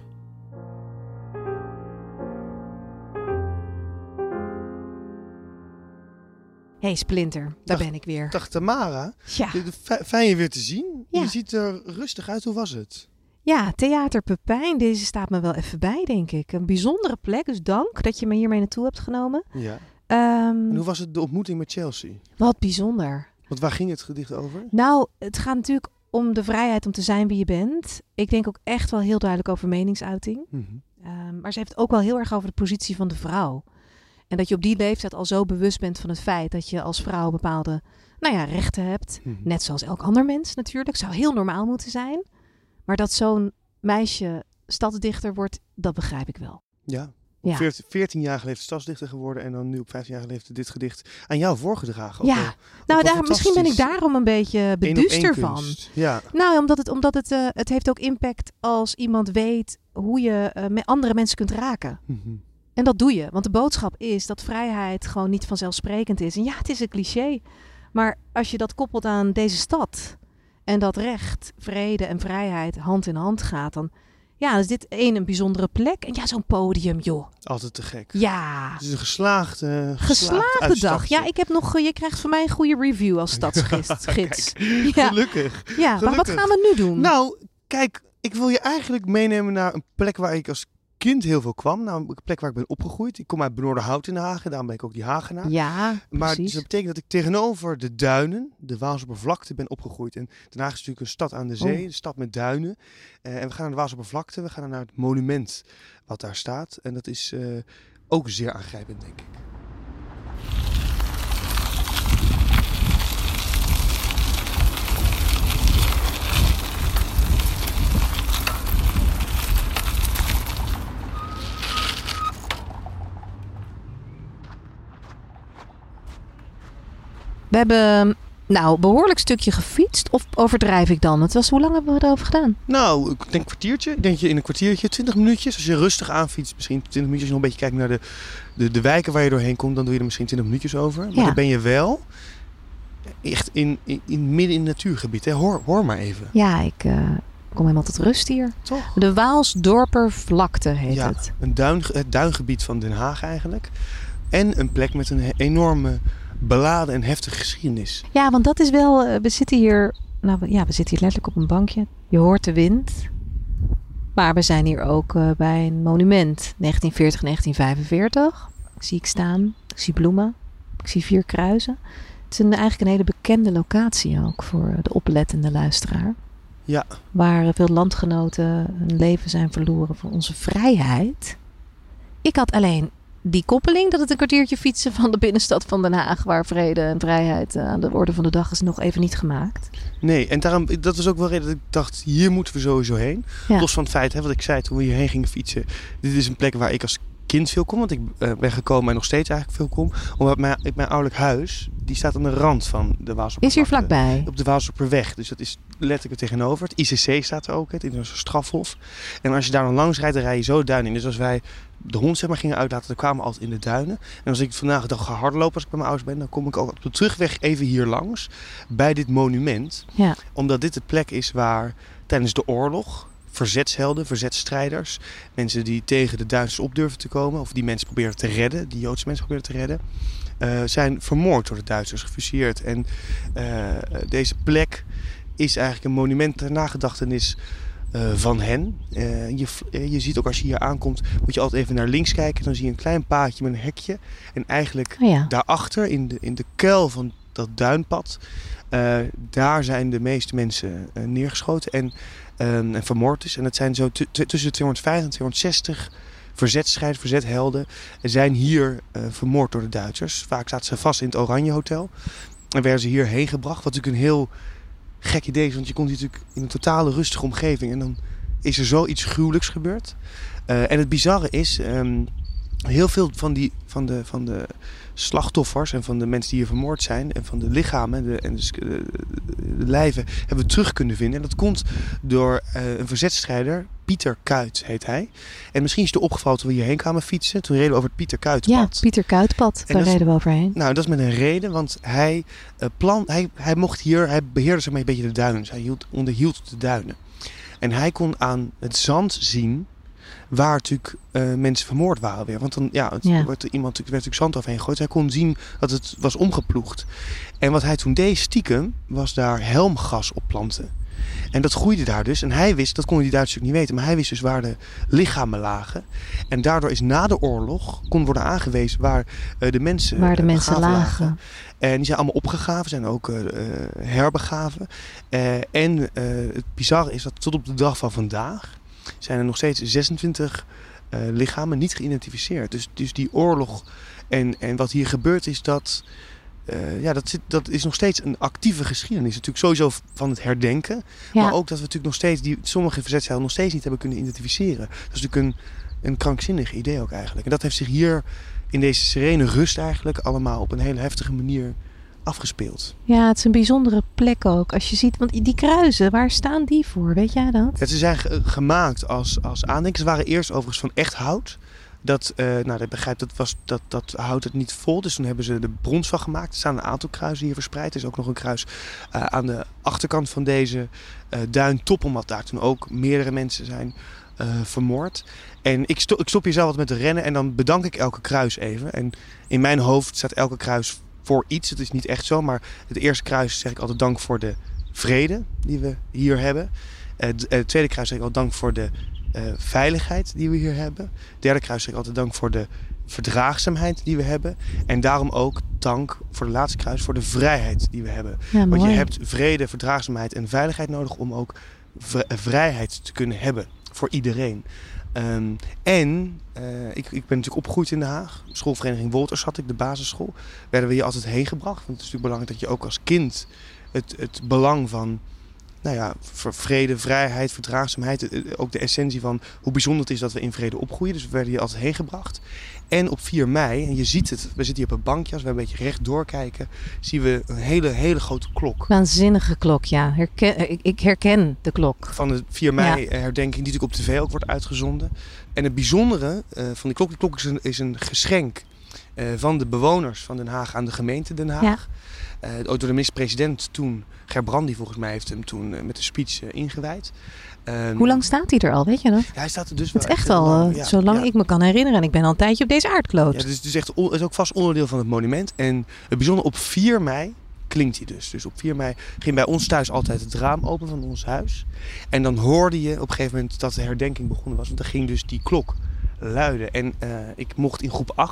Hey Splinter, daar Dag, ben ik weer. Dag Tamara. Ja. Fijn je weer te zien. Ja. Je ziet er rustig uit. Hoe was het? Ja, Theater Pepijn. Deze staat me wel even bij, denk ik. Een bijzondere plek, dus dank dat je me hiermee naartoe hebt genomen. Ja. Um, En hoe was het de ontmoeting met Chelsea? Wat bijzonder. Want waar ging het gedicht over? Nou, het gaat natuurlijk om de vrijheid om te zijn wie je bent. Ik denk ook echt wel heel duidelijk over meningsuiting. Mm-hmm. Um, maar ze heeft het ook wel heel erg over de positie van de vrouw. En dat je op die leeftijd al zo bewust bent van het feit dat je als vrouw bepaalde, nou ja, rechten hebt. Mm-hmm. Net zoals elk ander mens natuurlijk. Zou heel normaal moeten zijn. Maar dat zo'n meisje stadsdichter wordt, dat begrijp ik wel. Ja. Ja. veertien jaar geleden stadsdichter geworden en dan nu op vijftien jaar geleden dit gedicht aan jou voorgedragen. Ja, Ook wel, nou ook wel daar, misschien ben ik fantastisch. daarom een beetje beduuster van. Eén-op-één-kunst. Ja. Nou, omdat het, omdat het, uh, het heeft ook impact als iemand weet hoe je uh, met andere mensen kunt raken. Mm-hmm. En dat doe je. Want de boodschap is dat vrijheid gewoon niet vanzelfsprekend is. En ja, het is een cliché. Maar als je dat koppelt aan deze stad en dat recht, vrede en vrijheid hand in hand gaat, dan ja, is dit één een bijzondere plek. En ja, zo'n podium, joh. Altijd te gek. Ja. Het is een geslaagde, Geslaagde dag. Ja, ik heb nog, je krijgt van mij een goede review als stadsgids. gids. Ja. Gelukkig. Ja, maar Gelukkig. wat gaan we nu doen? Nou, kijk, ik wil je eigenlijk meenemen naar een plek waar ik als kind heel veel kwam. Nou, een plek waar ik ben opgegroeid. Ik kom uit Benoorderhout in Hagen. Daarom ben ik ook die Hagenaar. Ja, Maar dus precies. dat betekent dat ik tegenover de duinen, de Waalsoppervlakte, ben opgegroeid. En Den Haag is natuurlijk een stad aan de zee, Oh. een stad met duinen. Uh, en we gaan naar de Waalsoppervlakte, we gaan naar het monument wat daar staat. En dat is uh, ook zeer aangrijpend, denk ik. We hebben nou een behoorlijk stukje gefietst. Of overdrijf ik dan? Het was, hoe lang hebben we erover gedaan? Nou, ik denk een kwartiertje. Ik denk je in een kwartiertje, twintig minuutjes. Als je rustig aanfietst, misschien twintig minuutjes. Nog een beetje kijkt naar de, de, de wijken waar je doorheen komt, dan doe je er misschien twintig minuutjes over. Maar Ja. dan ben je wel echt in, in, in midden in het natuurgebied. Hè? Hoor, hoor maar even. Ja, ik uh, kom helemaal tot rust hier. Toch? De Waalsdorpervlakte heet Ja, het. een duin, het duingebied van Den Haag eigenlijk. En een plek met een enorme beladen en heftige geschiedenis. Ja, want dat is wel... Uh, we zitten hier... Nou we- ja, we zitten hier letterlijk op een bankje. Je hoort de wind. Maar we zijn hier ook uh, bij een monument. negentien veertig, negentien vijfenveertig. Zie ik staan. Ik zie bloemen. Ik zie vier kruisen. Het is een, eigenlijk een hele bekende locatie ook voor de oplettende luisteraar. Ja. Waar veel landgenoten hun leven zijn verloren voor onze vrijheid. Ik had alleen die koppeling dat het een kwartiertje fietsen van de binnenstad van Den Haag, waar vrede en vrijheid aan de orde van de dag is, nog even niet gemaakt. Nee, en daarom, dat was ook wel reden dat ik dacht, hier moeten we sowieso heen. Ja. Los van het feit, hè, wat ik zei toen we hierheen gingen fietsen. Dit is een plek waar ik als kind veel kom, want ik uh, ben gekomen en nog steeds eigenlijk veel kom. Omdat mijn, mijn ouderlijk huis, die staat aan de rand van de Waalsdorpervlakte. Is hier vlakbij? Op de Waalsdorperweg. Dus dat is letterlijk er tegenover. Het I C C staat er ook, het Internationaal Strafhof. En als je daar dan langs rijdt, dan rij je zo de duin in. Dus als wij de hond zeg maar gingen uitlaten, dan kwamen we altijd in de duinen. En als ik vandaag de dag ga hardlopen als ik bij mijn ouders ben, dan kom ik ook op de terugweg even hier langs. Bij dit monument. Ja. Omdat dit de plek is waar tijdens de oorlog verzetshelden, verzetstrijders, mensen die tegen de Duitsers op durven te komen, of die mensen proberen te redden, die Joodse mensen proberen te redden, uh, zijn vermoord door de Duitsers, gefusilleerd. En uh, deze plek is eigenlijk een monument ter nagedachtenis uh, van hen. Uh, je, je ziet ook als je hier aankomt, moet je altijd even naar links kijken, dan zie je een klein paadje met een hekje. En eigenlijk Oh ja. daarachter, in de, in de kuil van dat duinpad, uh, daar zijn de meeste mensen uh, neergeschoten en Um, en vermoord is. En dat zijn zo t- t- tussen de tweehonderdvijftig en tweehonderdzestig verzetstrijders, verzethelden zijn hier uh, vermoord door de Duitsers. Vaak zaten ze vast in het Oranje Hotel en werden ze hierheen gebracht. Wat natuurlijk een heel gek idee is, want je komt hier natuurlijk in een totale rustige omgeving en dan is er zoiets gruwelijks gebeurd. Uh, en het bizarre is, um, heel veel van, die, van, de, van de slachtoffers en van de mensen die hier vermoord zijn en van de lichamen de, en de, de, de lijven hebben we terug kunnen vinden. En dat komt door uh, een verzetstrijder, Pieter Kuyt heet hij. En misschien is het opgevallen toen we hierheen kwamen fietsen. Toen reden we over het Pieter Kuytpad. Ja, Pieter Kuytpad, daar reden we overheen. Nou, dat is met een reden, want hij, uh, plan, hij, hij mocht hier, hij beheerde zeg maar een beetje de duinen. Hij hield, onderhield de duinen. En hij kon aan het zand zien waar natuurlijk uh, mensen vermoord waren weer. Want dan ja, het, ja. werd er iemand werd natuurlijk zand overheen gegooid. Hij kon zien dat het was omgeploegd. En wat hij toen deed stiekem, was daar helmgas op planten. En dat groeide daar dus. En hij wist, dat konden die Duitsers niet weten, maar hij wist dus waar de lichamen lagen. En daardoor is na de oorlog kon worden aangewezen waar uh, de mensen Waar de uh, mensen lagen. lagen. En die zijn allemaal opgegraven, zijn ook uh, herbegraven. Uh, en uh, het bizarre is dat tot op de dag van vandaag zijn er nog steeds zesentwintig uh, lichamen niet geïdentificeerd. Dus, dus die oorlog en, en wat hier gebeurt is dat... Uh, ja, dat, zit, dat is nog steeds een actieve geschiedenis. Natuurlijk sowieso van het herdenken. Ja. Maar ook dat we natuurlijk nog steeds die sommige verzetsheld nog steeds niet hebben kunnen identificeren. Dat is natuurlijk een, een krankzinnig idee ook eigenlijk. En dat heeft zich hier in deze serene rust eigenlijk allemaal op een hele heftige manier afgespeeld. Ja, het is een bijzondere plek ook. Als je ziet, want die kruisen, waar staan die voor? Weet jij dat? Ja, ze zijn gemaakt als, als aandenken. Ze waren eerst overigens van echt hout. Dat, uh, nou, dat begrijp dat was dat, dat houdt het niet vol. Dus toen hebben ze de brons van gemaakt. Er staan een aantal kruisen hier verspreid. Er is ook nog een kruis uh, aan de achterkant van deze uh, duintop. Omdat daar toen ook meerdere mensen zijn uh, vermoord. En ik, sto- ik stop hier zelf wat met te rennen. En dan bedank ik elke kruis even. En in mijn hoofd staat elke kruis voor iets. Het is niet echt zo. Maar het eerste kruis zeg ik altijd dank voor de vrede die we hier hebben. Uh, het tweede kruis zeg ik altijd dank voor de Uh, veiligheid die we hier hebben. Derde kruis zeg ik altijd dank voor de verdraagzaamheid die we hebben. En daarom ook dank voor de laatste kruis voor de vrijheid die we hebben. Ja, want je hebt vrede, verdraagzaamheid en veiligheid nodig om ook v- vrijheid te kunnen hebben voor iedereen. Um, en uh, ik, ik ben natuurlijk opgegroeid in Den Haag. Schoolvereniging Wolters had ik, de basisschool. Werden we hier altijd heen gebracht. Want het is natuurlijk belangrijk dat je ook als kind het, het belang van nou ja, voor vrede, vrijheid, verdraagzaamheid. Ook de essentie van hoe bijzonder het is dat we in vrede opgroeien. Dus we werden hier altijd heen gebracht. En op vier mei, en je ziet het, we zitten hier op een bankje. Als we een beetje recht doorkijken, zien we een hele, hele grote klok. Waanzinnige klok, ja. Herken, ik, ik herken de klok. Van de vier mei ja. herdenking, die natuurlijk op tv ook wordt uitgezonden. En het bijzondere uh, van die klok, die klok is een, is een geschenk uh, van de bewoners van Den Haag aan de gemeente Den Haag. Ja. Uh, ook door de minister-president toen, Gerbrandy volgens mij, heeft hem toen uh, met een speech uh, ingewijd. Um, Hoe lang staat hij er al, weet je nog? Ja, hij staat er dus wel het is echt al, lang, ja, zolang ja. ik me kan herinneren. En ik ben al een tijdje op deze aardkloot. Ja, het is, dus echt, het is ook vast onderdeel van het monument. En het bijzondere, op vier mei klinkt hij dus. Dus op vier mei ging bij ons thuis altijd het raam open van ons huis. En dan hoorde je op een gegeven moment dat de herdenking begonnen was. Want dan ging dus die klok luiden. En uh, ik mocht in groep acht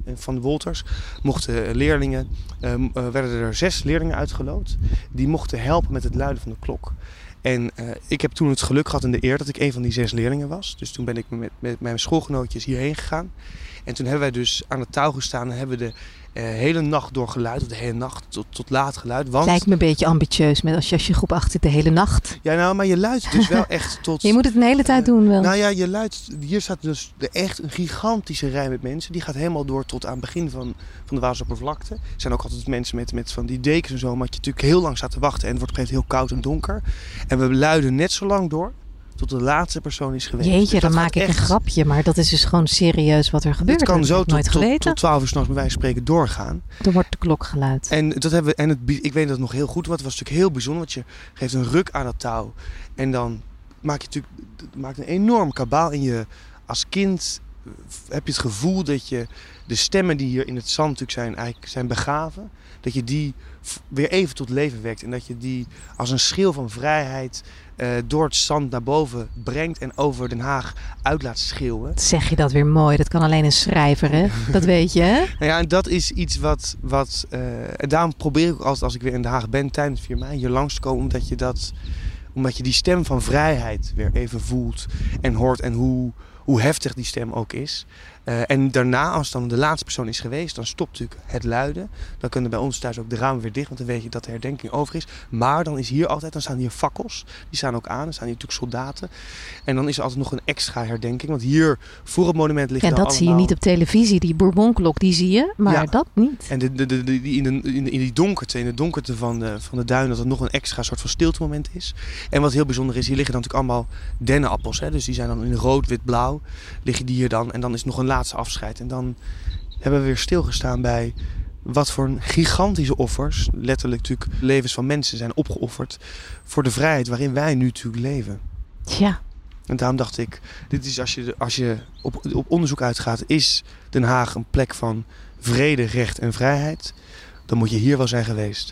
van de Wolters mochten leerlingen, uh, uh, werden er zes leerlingen uitgeloot. Die mochten helpen met het luiden van de klok. En uh, ik heb toen het geluk gehad en de eer dat ik een van die zes leerlingen was. Dus toen ben ik met, met mijn schoolgenootjes hierheen gegaan. En toen hebben wij dus aan het touw gestaan en hebben we de uh, hele nacht door geluid, of de hele nacht tot, tot laat geluid. Want... Lijkt me een beetje ambitieus met als je, als je groep acht zit de hele nacht. Ja, nou, maar je luidt dus wel echt tot... Je moet het een hele tijd doen wel. Uh, nou ja, je luidt... Hier staat dus de echt een gigantische rij met mensen. Die gaat helemaal door tot aan het begin van, van de wateroppervlakte. Er zijn ook altijd mensen met, met van die dekens en zo, maar je natuurlijk heel lang staat te wachten en het wordt op een gegeven moment heel koud en donker. En we luiden net zo lang door tot de laatste persoon is geweest. Jeetje, dus dan maak ik echt... een grapje, maar dat is dus gewoon serieus wat er gebeurt. Het kan dat zo heb ik nooit tot, tot, geweten. tot twaalf uur s'nachts bij wijze van spreken doorgaan. Dan wordt de klok geluid. En, dat hebben we, en het, ik weet dat het nog heel goed was. Het was natuurlijk heel bijzonder, want je geeft een ruk aan dat touw. En dan maak je natuurlijk maakt een enorm kabaal. En je als kind heb je het gevoel dat je de stemmen die hier in het zand natuurlijk zijn, eigenlijk zijn begraven, dat je die weer even tot leven wekt. En dat je die als een schreeuw van vrijheid uh, door het zand naar boven brengt en over Den Haag uit laat schreeuwen. Zeg je dat weer mooi. Dat kan alleen een schrijver, hè? Dat weet je, hè? Nou ja, en dat is iets wat... wat uh, en daarom probeer ik ook altijd als ik weer in Den Haag ben tijdens vier mei hier langs te komen, omdat je dat... Omdat je die stem van vrijheid weer even voelt en hoort en hoe, hoe heftig die stem ook is. Uh, en daarna, als dan de laatste persoon is geweest, dan stopt natuurlijk het luiden. Dan kunnen bij ons thuis ook de ramen weer dicht, want dan weet je dat de herdenking over is. Maar dan is hier altijd, dan staan hier fakkels. Die staan ook aan, dan staan hier natuurlijk soldaten. En dan is er altijd nog een extra herdenking. Want hier voor het monument liggen ja, dan dat allemaal... zie je niet op televisie. Die Bourbonklok, die zie je, maar Ja. dat niet. En de, de, de, de, die in, de, in, de, in die donkerte, in de donkerte van de, van de duin, dat er nog een extra soort van stiltemoment is. En wat heel bijzonder is, hier liggen dan natuurlijk allemaal dennenappels. Hè? Dus die zijn dan in rood, wit, blauw. Liggen die hier dan. En dan is nog een laatste afscheid. En dan hebben we weer stilgestaan bij wat voor een gigantische offers, letterlijk natuurlijk levens van mensen zijn opgeofferd voor de vrijheid waarin wij nu natuurlijk leven. Ja. En daarom dacht ik, dit is als je, als je op, op onderzoek uitgaat, is Den Haag een plek van vrede, recht en vrijheid, dan moet je hier wel zijn geweest.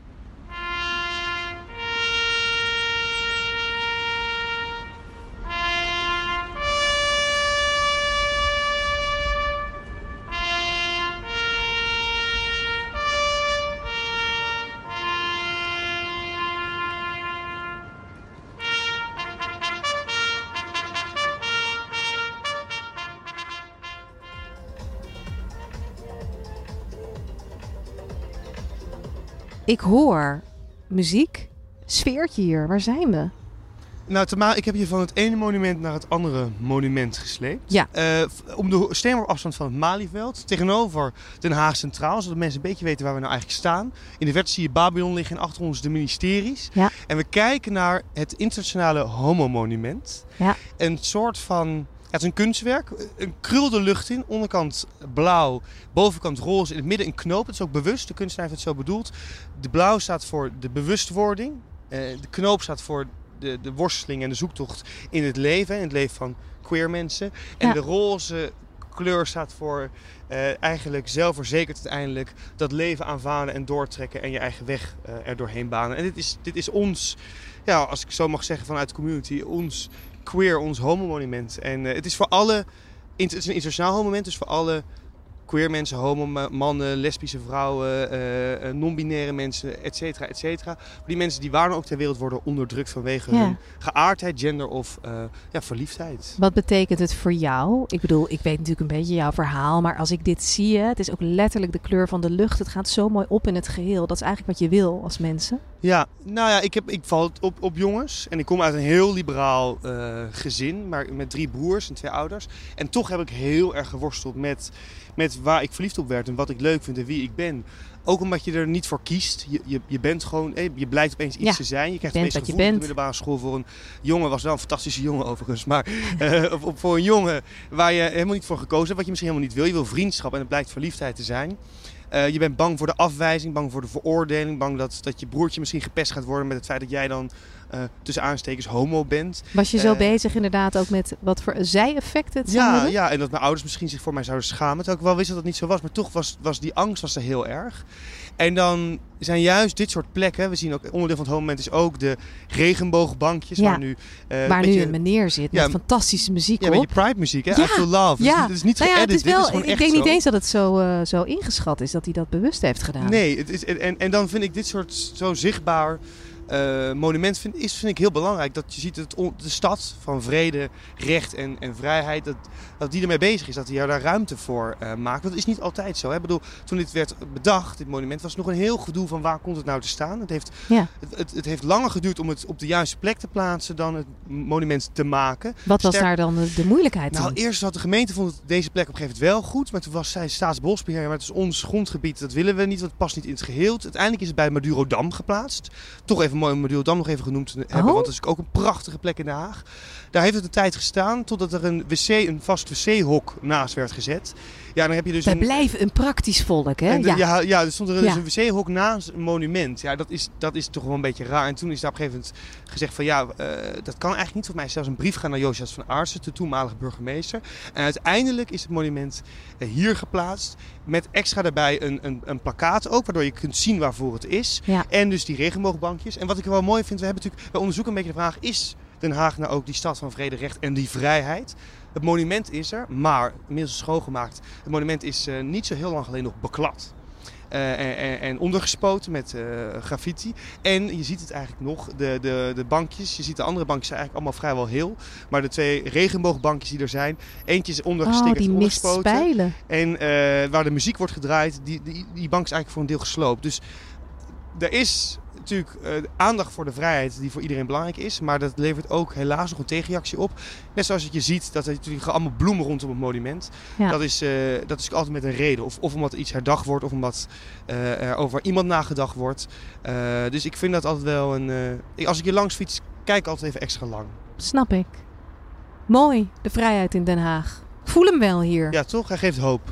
Ik hoor muziek. Sfeertje hier. Waar zijn we? Nou, Tamara, ik heb je van het ene monument naar het andere monument gesleept. Ja. Uh, om de steenworp afstand van het Malieveld. Tegenover Den Haag Centraal. Zodat mensen een beetje weten waar we nou eigenlijk staan. In de verte zie je Babylon liggen en achter ons de ministeries. Ja. En we kijken naar het internationale homo-monument. Ja. Een soort van... Het is een kunstwerk. Een krul de lucht in. Onderkant blauw. Bovenkant roze. In het midden een knoop. Het is ook bewust. De kunstenaar heeft het zo bedoeld. De blauw staat voor de bewustwording. Uh, de knoop staat voor... De, de worsteling en de zoektocht in het leven. In het leven van queer mensen. En Ja. de roze kleur staat voor uh, eigenlijk zelfverzekerd uiteindelijk dat leven aanvaarden en doortrekken en je eigen weg uh, er doorheen banen. En dit is, dit is ons, ja, als ik zo mag zeggen vanuit de community, ons queer, ons homo-monument. En uh, het is voor alle, het is een internationaal homo-monument, dus voor alle queer mensen, homo, mannen, lesbische vrouwen, uh, non-binaire mensen, et cetera, et cetera. Die mensen die waar dan ook ter wereld worden onderdrukt vanwege Ja. hun geaardheid, gender of uh, ja, verliefdheid. Wat betekent het voor jou? Ik bedoel, ik weet natuurlijk een beetje jouw verhaal, maar als ik dit zie, het is ook letterlijk de kleur van de lucht. Het gaat zo mooi op in het geheel. Dat is eigenlijk wat je wil als mensen. Ja, nou ja, ik, heb, ik val op, op jongens en ik kom uit een heel liberaal uh, gezin, maar met drie broers en twee ouders. En toch heb ik heel erg geworsteld met, met waar ik verliefd op werd en wat ik leuk vind en wie ik ben. Ook omdat je er niet voor kiest. Je, je, je bent gewoon, je blijkt opeens iets Ja, te zijn. Je krijgt bent opeens wat je gevoel op de bent. middelbare school voor een jongen. Was wel een fantastische jongen overigens. Maar uh, of, of voor een jongen waar je helemaal niet voor gekozen hebt. Wat je misschien helemaal niet wil. Je wil vriendschap en het blijkt verliefdheid te zijn. Uh, je bent bang voor de afwijzing, bang voor de veroordeling. Bang dat, dat je broertje misschien gepest gaat worden met het feit dat jij dan uh, tussen aanstekens homo bent. Was je zo uh, bezig inderdaad ook met wat voor zijeffecten het ja, zou hebben? Ja, en dat mijn ouders misschien zich voor mij zouden schamen. Terwijl ik wel wist dat dat niet zo was. Maar toch was, was die angst was er heel erg. En dan zijn juist dit soort plekken, we zien ook onderdeel van het homo-moment is ook de regenboogbankjes. Ja, waar nu, uh, waar nu beetje, een meneer zit met ja, fantastische muziek ja, op. Ja, met je Pride muziek, hè? Ja, I Feel Love. Ja. Het is, het is niet nou ja, geëdit, het is wel, dit is gewoon ik echt denk zo. niet eens dat het zo, uh, zo ingeschat is dat hij dat bewust heeft gedaan. Nee, het is, en, en dan vind ik dit soort zo zichtbaar uh, monument vind, is, vind ik heel belangrijk. Dat je ziet dat de stad van vrede, recht en, en vrijheid, dat, dat die ermee bezig is. Dat hij daar ruimte voor uh, maakt. Dat is niet altijd zo. Hè? Ik bedoel, toen dit werd bedacht, dit monument, was nog een heel gedoe van waar komt het nou te staan. Het heeft, ja. het, het, het heeft langer geduurd om het op de juiste plek te plaatsen dan het monument te maken. Wat was Sterk, daar dan de, de moeilijkheid Nou, in? eerst had de gemeente vond deze plek op een gegeven moment wel goed. Maar toen was zij staatsbosbeheer, maar het is ons grondgebied. Dat willen we niet, want het past niet in het geheel. Uiteindelijk is het bij Madurodam geplaatst. Toch even mooi om Madurodam nog even genoemd te hebben, oh. want dat is ook een prachtige plek in Den Haag. Daar heeft het een tijd gestaan totdat er een wc, een vast wc-hok naast werd gezet. Ja, dan heb je dus Wij een... blijven een praktisch volk, hè? De, ja. ja, ja, er stond er dus ja. een wc-hok naast een monument. Ja, dat is, dat is toch wel een beetje raar. En toen is daar op een gegeven moment gezegd van ja, uh, dat kan eigenlijk niet. Voor mij is zelfs een brief gaan naar Josias van Aartsen, de toenmalige burgemeester. En uiteindelijk is het monument uh, hier geplaatst. Met extra daarbij een, een, een plakkaat ook, waardoor je kunt zien waarvoor het is. Ja. En dus die regenboogbankjes. En wat ik wel mooi vind, we hebben natuurlijk, wij onderzoeken een beetje de vraag, is Den Haag nou ook die stad van vrede, recht en die vrijheid? Het monument is er, maar inmiddels schoongemaakt. Het monument is uh, niet zo heel lang geleden nog beklad. Uh, en, en ondergespoten met uh, graffiti. En je ziet het eigenlijk nog, de, de, de bankjes. Je ziet de andere bankjes zijn eigenlijk allemaal vrijwel heel. Maar de twee regenboogbankjes die er zijn. Eentje is ondergestikkerd, oh, die ondergespoten. mistspijlen. En uh, waar de muziek wordt gedraaid, die, die, die bank is eigenlijk voor een deel gesloopt. Dus er is natuurlijk uh, aandacht voor de vrijheid die voor iedereen belangrijk is. Maar dat levert ook helaas nog een tegenreactie op. Net zoals je ziet dat er natuurlijk allemaal bloemen rondom het monument. Ja. Dat is, uh, dat is altijd met een reden. Of, of omdat er iets herdacht wordt. Of omdat uh, er over iemand nagedacht wordt. Uh, dus ik vind dat altijd wel een... Uh, als ik hier langs fiets, kijk ik altijd even extra lang. Snap ik. Mooi, de vrijheid in Den Haag. Ik voel hem wel hier. Ja, toch? Hij geeft hoop.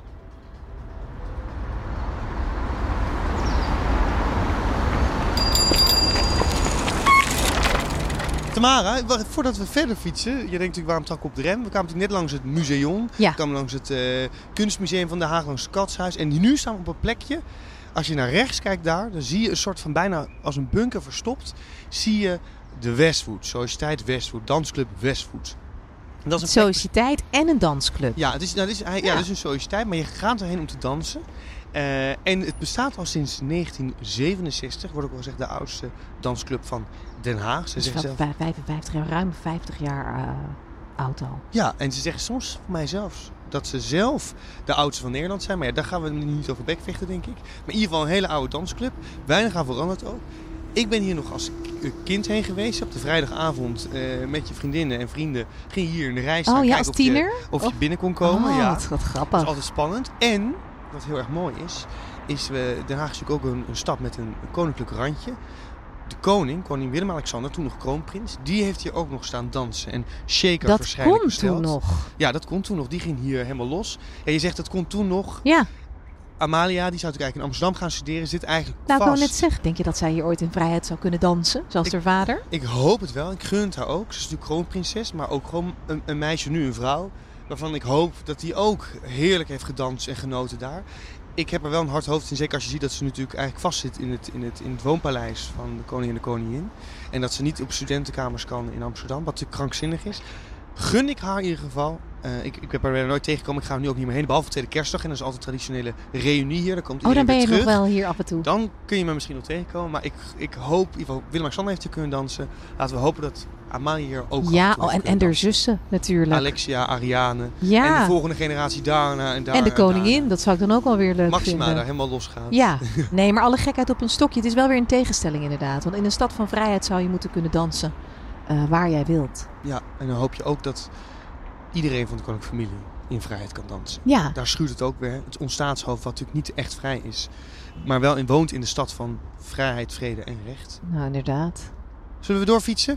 Tamara, voordat we verder fietsen, je denkt natuurlijk waarom trap ik op de rem? We kwamen natuurlijk net langs het museum, ja. we kwamen langs het uh, kunstmuseum van Den Haag, langs het Katshuis. En nu staan we op een plekje, als je naar rechts kijkt daar, dan zie je een soort van bijna als een bunker verstopt, zie je de Westwood, Sociëteit Westwood, dansclub Westwood. En dat is een sociëteit en een dansclub. Ja, het is, nou, het is, ja, ja. Het is een sociëteit, maar je gaat erheen om te dansen. Uh, en het bestaat al sinds negentien zevenenzestig, wordt ook wel gezegd de oudste dansclub van Den Haag. Ze dus zeggen zelf... vijfenvijftig jaar, ruim vijftig jaar uh, oud al. Ja, en ze zeggen soms voor mij zelfs dat ze zelf de oudste van Nederland zijn. Maar ja, daar gaan we niet over bekvechten, denk ik. Maar in ieder geval een hele oude dansclub. Weinig aan veranderd ook. Ik ben hier nog als kind heen geweest. Op de vrijdagavond uh, met je vriendinnen en vrienden ging je hier in de rij staan. Oh ja, kijken als tiener? Of je, of je of... binnen kon komen. Oh, ja. wat, wat grappig. Dat is altijd spannend. En, wat heel erg mooi is, is uh, Den Haag is natuurlijk ook een, een stad met een, een koninklijk randje. De koning, koning Willem-Alexander, toen nog kroonprins, die heeft hier ook nog staan dansen. En shaker dat waarschijnlijk kon besteld. toen nog. Ja, dat kon toen nog. Die ging hier helemaal los. En je zegt dat kon toen nog. Ja. Amalia, die zou natuurlijk eigenlijk in Amsterdam gaan studeren, zit eigenlijk nou, vast. Ik wou net zeggen, denk je dat zij hier ooit in vrijheid zou kunnen dansen, zoals ik, haar vader? Ik hoop het wel. Ik gun het haar ook. Ze is natuurlijk kroonprinses, maar ook gewoon een, een meisje, nu een vrouw. Waarvan ik hoop dat die ook heerlijk heeft gedanst en genoten daar. Ik heb er wel een hard hoofd in, zeker als je ziet dat ze natuurlijk eigenlijk vastzit in het, in het, in het woonpaleis van de koning en de koningin. En dat ze niet op studentenkamers kan in Amsterdam, wat natuurlijk krankzinnig is. Gun ik haar in ieder geval. Uh, ik, ik heb haar nooit tegengekomen, ik ga er nu ook niet meer heen, behalve tweede kerstdag. En dat is altijd een traditionele reunie hier. Dan komt oh, dan ben je terug. nog wel hier af en toe. Dan kun je me misschien nog tegenkomen, maar ik, ik hoop, in ieder geval Willem-Alexander heeft hier kunnen dansen. Laten we hopen dat Amalia hier ook ja, oh, en, en de zussen natuurlijk. Alexia, Ariane. Ja. En de volgende generatie daarna en daarna. En de koningin, daarna. dat zou ik dan ook wel weer leuk Maxima vinden. daar helemaal losgaat. Ja, nee, maar alle gekheid op een stokje. Het is wel weer een tegenstelling inderdaad. Want in een stad van vrijheid zou je moeten kunnen dansen uh, waar jij wilt. Ja, en dan hoop je ook dat iedereen van de koninklijke familie in vrijheid kan dansen. Ja. Daar schuurt het ook weer. Het ontstaanshoofd, wat natuurlijk niet echt vrij is. Maar wel in woont in de stad van vrijheid, vrede en recht. Nou, inderdaad. Zullen we doorfietsen?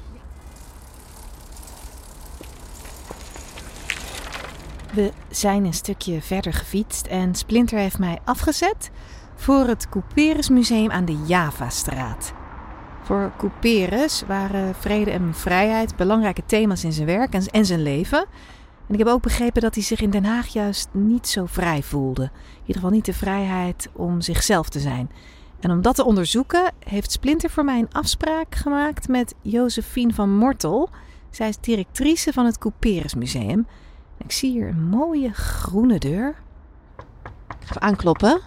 We zijn een stukje verder gefietst en Splinter heeft mij afgezet voor het Couperus Museum aan de Javastraat. Voor Couperus waren vrede en vrijheid belangrijke thema's in zijn werk en, en zijn leven. En ik heb ook begrepen dat hij zich in Den Haag juist niet zo vrij voelde. In ieder geval niet de vrijheid om zichzelf te zijn. En om dat te onderzoeken heeft Splinter voor mij een afspraak gemaakt met Josephine van Mortel. Zij is directrice van het Couperus Museum. Ik zie hier een mooie groene deur. Even aankloppen.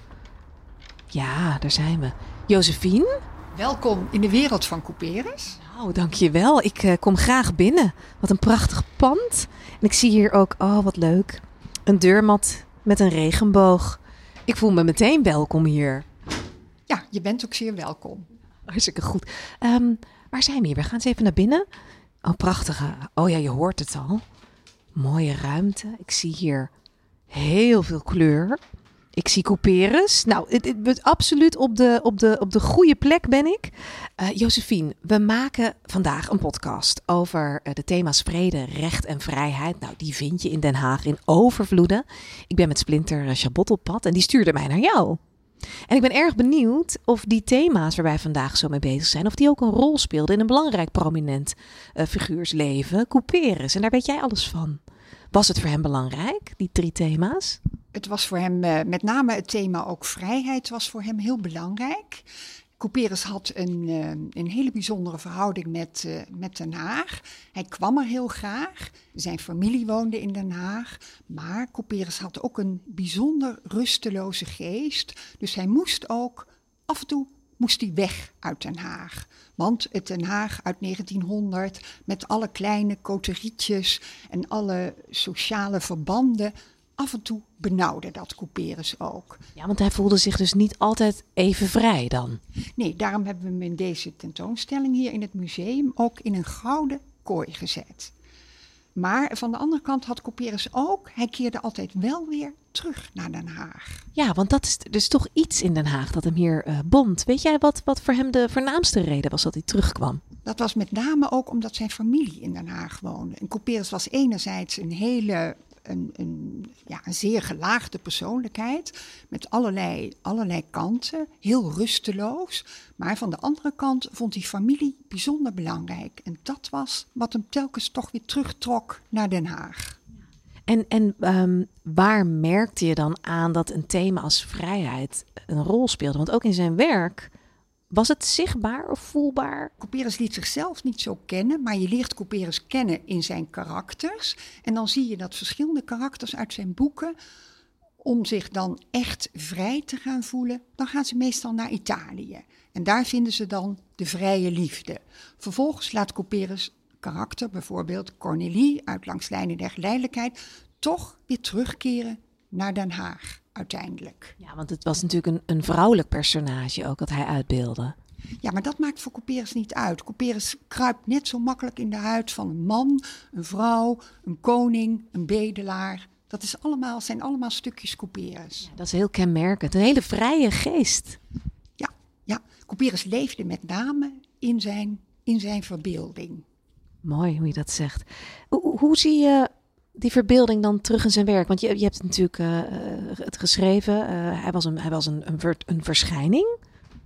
Ja, daar zijn we. Josephine? Welkom in de wereld van Couperus. Nou, dankjewel. Ik uh, kom graag binnen. Wat een prachtig pand. En ik zie hier ook, oh wat leuk, een deurmat met een regenboog. Ik voel me meteen welkom hier. Ja, je bent ook zeer welkom. Hartstikke goed. Um, waar zijn we hier? We gaan eens even naar binnen. Oh, prachtige. Oh ja, je hoort het al. Mooie ruimte. Ik zie hier heel veel kleur. Ik zie Couperus. Nou, het, het, het, absoluut op de, op, de, op de goede plek ben ik. Uh, Josephine, we maken vandaag een podcast over uh, de thema's vrede, recht en vrijheid. Nou, die vind je in Den Haag in overvloeden. Ik ben met Splinter uh, Chabot op pad en die stuurde mij naar jou. En ik ben erg benieuwd of die thema's waar wij vandaag zo mee bezig zijn, of die ook een rol speelden in een belangrijk prominent uh, figuursleven, Couperus. En daar weet jij alles van. Was het voor hem belangrijk, die drie thema's? Het was voor hem, uh, met name het thema ook vrijheid, was voor hem heel belangrijk. Couperus had een, uh, een hele bijzondere verhouding met, uh, met Den Haag. Hij kwam er heel graag. Zijn familie woonde in Den Haag. Maar Couperus had ook een bijzonder rusteloze geest. Dus hij moest ook, af en toe moest hij weg uit Den Haag. Want het Den Haag uit negentienhonderd, met alle kleine coterietjes en alle sociale verbanden, af en toe benauwde dat Couperus ook. Ja, want hij voelde zich dus niet altijd even vrij dan. Nee, daarom hebben we hem in deze tentoonstelling hier in het museum ook in een gouden kooi gezet. Maar van de andere kant had Couperus ook, hij keerde altijd wel weer terug naar Den Haag. Ja, want dat is dus toch iets in Den Haag dat hem hier uh, bond. Weet jij wat, wat voor hem de voornaamste reden was dat hij terugkwam? Dat was met name ook omdat zijn familie in Den Haag woonde. En Couperus was enerzijds een hele, een, een, ja, een zeer gelaagde persoonlijkheid met allerlei, allerlei kanten, heel rusteloos. Maar van de andere kant vond hij familie bijzonder belangrijk. En dat was wat hem telkens toch weer terugtrok naar Den Haag. En, en um, waar merkte je dan aan dat een thema als vrijheid een rol speelde? Want ook in zijn werk, was het zichtbaar of voelbaar? Couperus liet zichzelf niet zo kennen, maar je leert Couperus kennen in zijn karakters. En dan zie je dat verschillende karakters uit zijn boeken, om zich dan echt vrij te gaan voelen, dan gaan ze meestal naar Italië. En daar vinden ze dan de vrije liefde. Vervolgens laat Couperus karakter, bijvoorbeeld Cornélie uit Langs Lijnen der Geleidelijkheid, toch weer terugkeren naar Den Haag uiteindelijk. Ja, want het was natuurlijk een, een vrouwelijk personage ook dat hij uitbeeldde. Ja, maar dat maakt voor Couperus niet uit. Couperus kruipt net zo makkelijk in de huid van een man, een vrouw, een koning, een bedelaar. Dat is allemaal, zijn allemaal stukjes Couperus. Ja, dat is heel kenmerkend. Een hele vrije geest. Ja, ja. Couperus leefde met name in zijn, in zijn verbeelding. Mooi hoe je dat zegt. Hoe, hoe zie je die verbeelding dan terug in zijn werk? Want je, je hebt natuurlijk uh, het geschreven. Uh, hij was, een, hij was een, een, ver, een verschijning.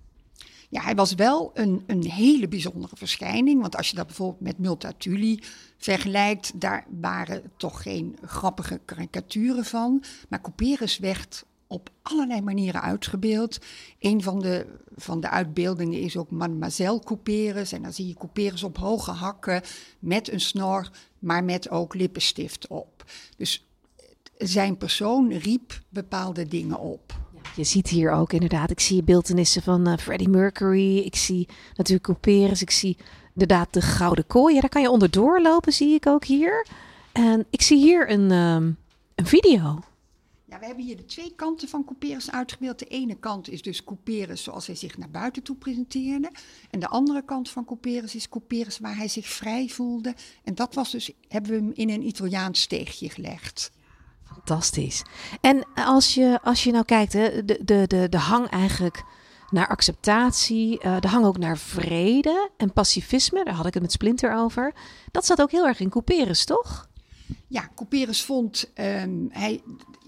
Ja, hij was wel een, een hele bijzondere verschijning. Want als je dat bijvoorbeeld met Multatuli vergelijkt, daar waren toch geen grappige karikaturen van. Maar Couperus werd op allerlei manieren uitgebeeld. Een van de, van de uitbeeldingen is ook Mademoiselle Couperus. En dan zie je Couperus op hoge hakken met een snor, maar met ook lippenstift op. Dus zijn persoon riep bepaalde dingen op. Je ziet hier ook inderdaad, ik zie beeltenissen van uh, Freddie Mercury. Ik zie natuurlijk Couperus. Ik zie inderdaad de gouden kooi. Ja, daar kan je onderdoor lopen, zie ik ook hier. En ik zie hier een, um, een video. Ja, we hebben hier de twee kanten van Couperus uitgebeeld. De ene kant is dus Couperus zoals hij zich naar buiten toe presenteerde. En de andere kant van Couperus is Couperus waar hij zich vrij voelde. En dat was dus, hebben we hem in een Italiaans steegje gelegd. Fantastisch. En als je, als je nou kijkt, hè, de, de, de, de hang eigenlijk naar acceptatie, uh, de hang ook naar vrede en pacifisme, daar had ik het met Splinter over. Dat zat ook heel erg in Couperus, toch? Ja, Couperus vond, um, hij,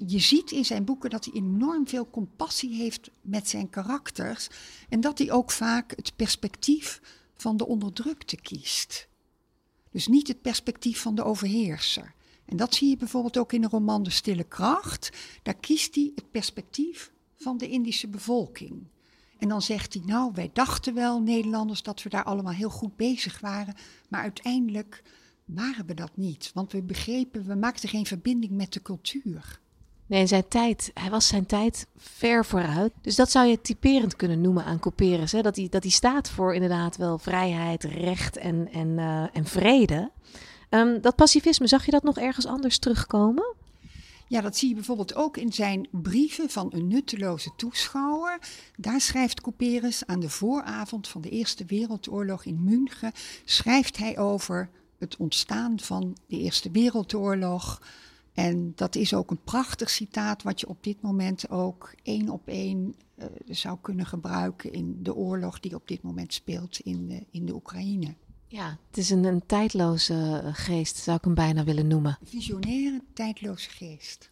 je ziet in zijn boeken dat hij enorm veel compassie heeft met zijn karakters. En dat hij ook vaak het perspectief van de onderdrukte kiest. Dus niet het perspectief van de overheerser. En dat zie je bijvoorbeeld ook in de roman De Stille Kracht. Daar kiest hij het perspectief van de Indische bevolking. En dan zegt hij, nou, wij dachten wel, Nederlanders, dat we daar allemaal heel goed bezig waren. Maar uiteindelijk waren we dat niet. Want we begrepen, we maakten geen verbinding met de cultuur. Nee, in zijn tijd, hij was zijn tijd ver vooruit. Dus dat zou je typerend kunnen noemen aan Couperus. Hè? Dat hij, dat hij staat voor inderdaad wel vrijheid, recht en, en, uh, en vrede. Um, dat pacifisme, zag je dat nog ergens anders terugkomen? Ja, dat zie je bijvoorbeeld ook in zijn brieven van een nutteloze toeschouwer. Daar schrijft Couperus aan de vooravond van de Eerste Wereldoorlog in München, schrijft hij over het ontstaan van de Eerste Wereldoorlog. En dat is ook een prachtig citaat wat je op dit moment ook één op één uh, zou kunnen gebruiken in de oorlog die op dit moment speelt in de, in de Oekraïne. Ja, het is een, een tijdloze geest, zou ik hem bijna willen noemen. Een visionaire, tijdloze geest.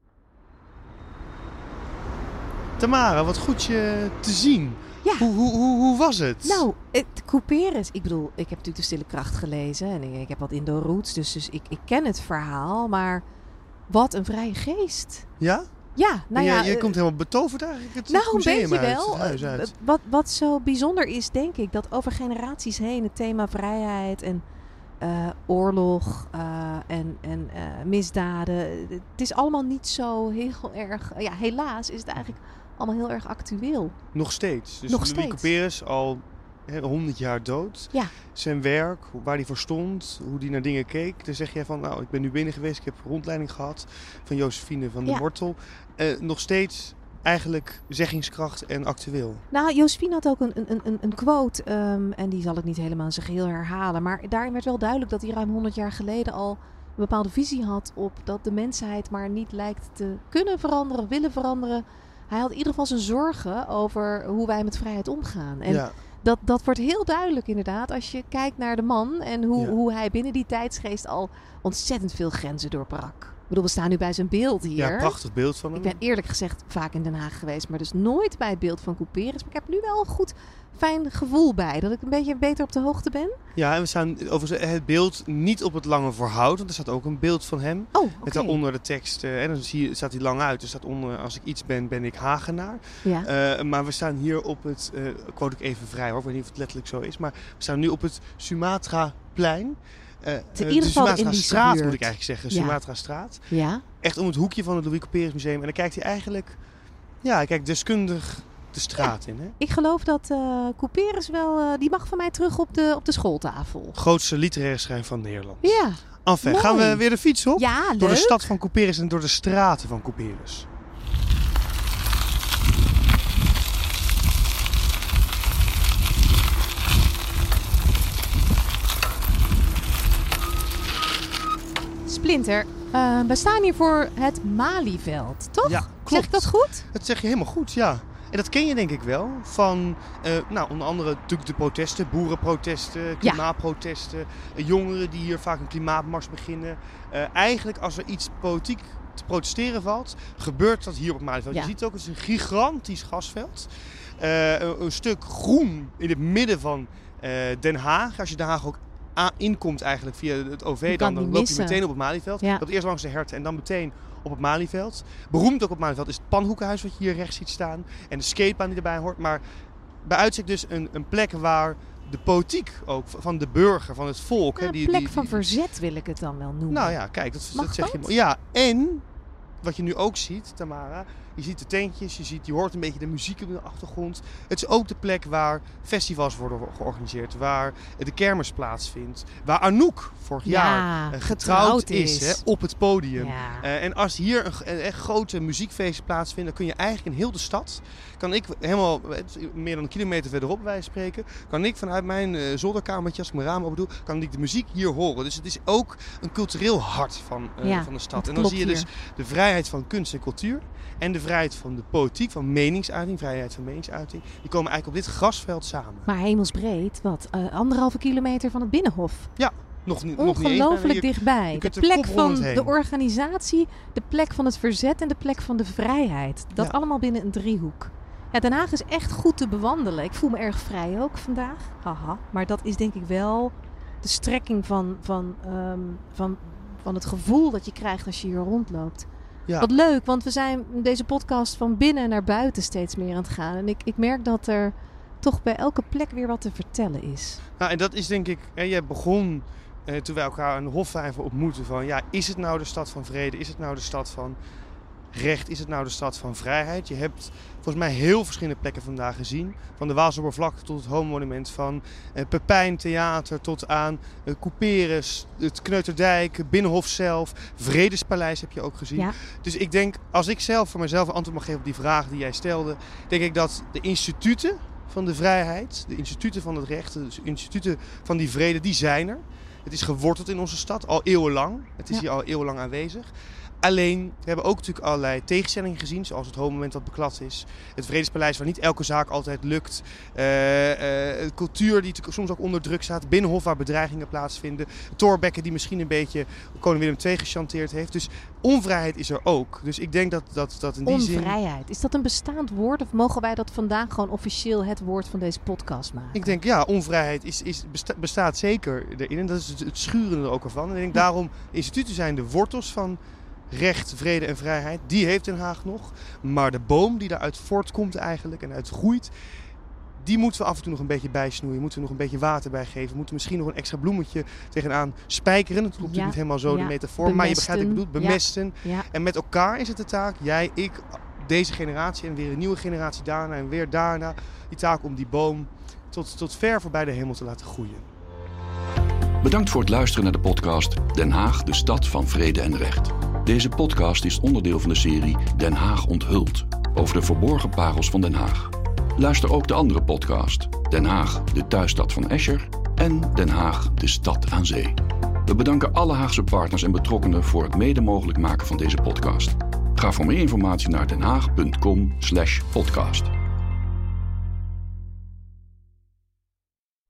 Tamara, wat goed je te zien. Ja. Hoe, hoe, hoe, hoe was het? Nou, het Couperus, ik bedoel, ik heb natuurlijk De Stille Kracht gelezen en ik, ik heb wat Indo-roots, dus, dus ik, ik ken het verhaal, maar wat een vrije geest. Ja? Ja, nou je, ja. je uh, komt helemaal betoverd eigenlijk het nou, museum een beetje uit, wel. het huis uit. Wat, wat zo bijzonder is, denk ik, dat over generaties heen het thema vrijheid en uh, oorlog uh, en, en uh, misdaden, het is allemaal niet zo heel erg, ja, helaas is het eigenlijk allemaal heel erg actueel. Nog steeds. Dus Nog Louis steeds. Couperus al honderd jaar dood. Ja. Zijn werk, waar hij voor stond, hoe hij naar dingen keek. Dan zeg jij van, nou, ik ben nu binnen geweest, ik heb rondleiding gehad van Josephine van der Ja. Wortel. Uh, nog steeds eigenlijk zeggingskracht en actueel. Nou, Josephine had ook een, een, een, een quote, um, en die zal ik niet helemaal in zijn geheel herhalen, maar daarin werd wel duidelijk dat hij ruim honderd jaar geleden al een bepaalde visie had op dat de mensheid maar niet lijkt te kunnen veranderen, willen veranderen. Hij had in ieder geval zijn zorgen over hoe wij met vrijheid omgaan. En ja. dat, dat wordt heel duidelijk inderdaad als je kijkt naar de man en hoe, Ja. hoe hij binnen die tijdsgeest al ontzettend veel grenzen doorbrak. Ik bedoel, we staan nu bij zijn beeld hier. Ja, prachtig beeld van hem. Ik ben eerlijk gezegd vaak in Den Haag geweest, maar dus nooit bij het beeld van Couperus. Maar ik heb nu wel een goed, fijn gevoel bij, dat ik een beetje beter op de hoogte ben. Ja, en we staan over het beeld niet op het lange voorhout, want er staat ook een beeld van hem. Oh, Met oké. daaronder de tekst, uh, en dan zie je, staat hij lang uit. Er staat onder, als ik iets ben, ben ik Hagenaar. Ja. Uh, maar we staan hier op het, uh, quote ik even vrij hoor, ik weet niet of het letterlijk zo is. Maar we staan nu op het Sumatraplein. Uh, in uh, ieder de geval Sumatra in die straat buurt. moet ik eigenlijk zeggen, Ja. Sumatra straat. Ja. Echt om het hoekje van het Louis Couperus Museum. En dan kijkt hij eigenlijk, ja, hij kijkt deskundig de straat in. Hè? Ik geloof dat uh, Couperus wel, uh, die mag van mij terug op de, op de schooltafel. Grootste literaire schrijver van Nederland. Ja. Enfin, Mooi. gaan we weer de fiets op? Ja, leuk. Door de stad van Couperus en door de straten van Couperus. Splinter, uh, we staan hier voor het Malieveld, toch? Ja, klopt. Zeg ik dat goed? Dat zeg je helemaal goed, ja. En dat ken je denk ik wel van, uh, nou, onder andere natuurlijk de protesten, boerenprotesten, klimaatprotesten, uh, jongeren die hier vaak een klimaatmars beginnen. Uh, eigenlijk als er iets politiek te protesteren valt, gebeurt dat hier op het Malieveld. Ja. Je ziet ook, het is een gigantisch gasveld. Uh, een, een stuk groen in het midden van uh, Den Haag. Als je Den Haag ook a- inkomt eigenlijk via het O V, Je kan dan, dan niet loop missen. je meteen op het Malieveld. Ja. Je loopt eerst langs de herten en dan meteen op het Malieveld. Beroemd ook op het Malieveld is het Panhoekenhuis wat je hier rechts ziet staan. En de skatebaan die erbij hoort. Maar bij uitstek dus een, een plek waar de politiek ook van de burger, van het volk. Ja, hè, een die, plek die, van die, verzet wil ik het dan wel noemen. Nou ja, kijk, dat, Mag dat zeg je dat? mooi. Ja, en wat je nu ook ziet, Tamara, je ziet de tentjes, je, ziet, je hoort een beetje de muziek op de achtergrond. Het is ook de plek waar festivals worden georganiseerd, waar de kermis plaatsvindt, waar Anouk vorig Ja, jaar eh, getrouwd getrouwd is, is. hè, op het podium. Ja. Uh, en als hier een, een echt grote muziekfeest plaatsvindt, dan kun je eigenlijk in heel de stad, kan ik helemaal, meer dan een kilometer verderop bij wijze van spreken, kan ik vanuit mijn uh, zolderkamertje, als ik mijn raam open doe, kan ik de muziek hier horen. Dus het is ook een cultureel hart van, uh, Ja, van de stad. dat En dan zie je klopt dus de vrijheid van kunst en cultuur en de vrijheid van de politiek, van meningsuiting, vrijheid van meningsuiting, die komen eigenlijk op dit grasveld samen. Maar hemelsbreed, wat? Uh, anderhalve kilometer van het Binnenhof. Ja. nog, niet, nog niet eens. Ongelooflijk Je- dichtbij. je De kunt er plek koprolend van heen. de organisatie, de plek van het verzet en de plek van de vrijheid. Dat Ja. allemaal binnen een driehoek. Ja, Den Haag is echt goed te bewandelen. Ik voel me erg vrij ook vandaag. Haha. Maar dat is denk ik wel de strekking van, van, ehm, van, van het gevoel dat je krijgt als je hier rondloopt. Ja. Wat leuk, want we zijn deze podcast van binnen naar buiten steeds meer aan het gaan. En ik, ik merk dat er toch bij elke plek weer wat te vertellen is. Nou, en dat is denk ik, hè, jij begon eh, toen wij elkaar aan de Hofvijver ontmoetten van, ja, is het nou de stad van vrede? Is het nou de stad van recht? Is het nou de stad van vrijheid? Je hebt volgens mij heel verschillende plekken vandaag gezien. Van de Waalsobervlakte tot het Homo-monument, van eh, Pepijn Theater tot aan eh, Couperus, het Kneuterdijk, Binnenhof zelf, Vredespaleis heb je ook gezien. Ja. Dus ik denk, als ik zelf voor mezelf een antwoord mag geven op die vraag die jij stelde, denk ik dat de instituten van de vrijheid, de instituten van het recht, de instituten van die vrede, die zijn er. Het is geworteld in onze stad, al eeuwenlang. Het is Ja. hier al eeuwenlang aanwezig. Alleen, we hebben ook natuurlijk allerlei tegenstellingen gezien, zoals het Homo-moment dat beklad is. Het Vredespaleis waar niet elke zaak altijd lukt. Uh, uh, cultuur die soms ook onder druk staat. Binnenhof waar bedreigingen plaatsvinden. Thorbecke die misschien een beetje koning Willem de Tweede gechanteerd heeft. Dus onvrijheid is er ook. Dus ik denk dat, dat, dat in die zin... Onvrijheid. Is dat een bestaand woord of mogen wij dat vandaag gewoon officieel het woord van deze podcast maken? Ik denk, ja, onvrijheid is, is, besta- bestaat zeker erin. En dat is het, het schurende er ook ervan. En ik denk daarom, instituten zijn de wortels van recht, vrede en vrijheid. Die heeft Den Haag nog. Maar de boom die daaruit voortkomt eigenlijk en uit groeit, die moeten we af en toe nog een beetje bijsnoeien. Moeten we nog een beetje water bijgeven. We moeten misschien nog een extra bloemetje tegenaan spijkeren. Dat klopt Ja, natuurlijk niet helemaal zo, ja. de metafoor. Maar je begrijpt wat ik bedoel. Bemesten. Bemesten. Ja. En met elkaar is het de taak, jij, ik, deze generatie en weer een nieuwe generatie daarna en weer daarna, die taak om die boom tot, tot ver voorbij de hemel te laten groeien. Bedankt voor het luisteren naar de podcast Den Haag, de stad van vrede en recht. Deze podcast is onderdeel van de serie Den Haag onthult, over de verborgen parels van Den Haag. Luister ook de andere podcast, Den Haag, de thuisstad van Escher en Den Haag, de stad aan zee. We bedanken alle Haagse partners en betrokkenen voor het mede mogelijk maken van deze podcast. Ga voor meer informatie naar denhaag punt com slash podcast.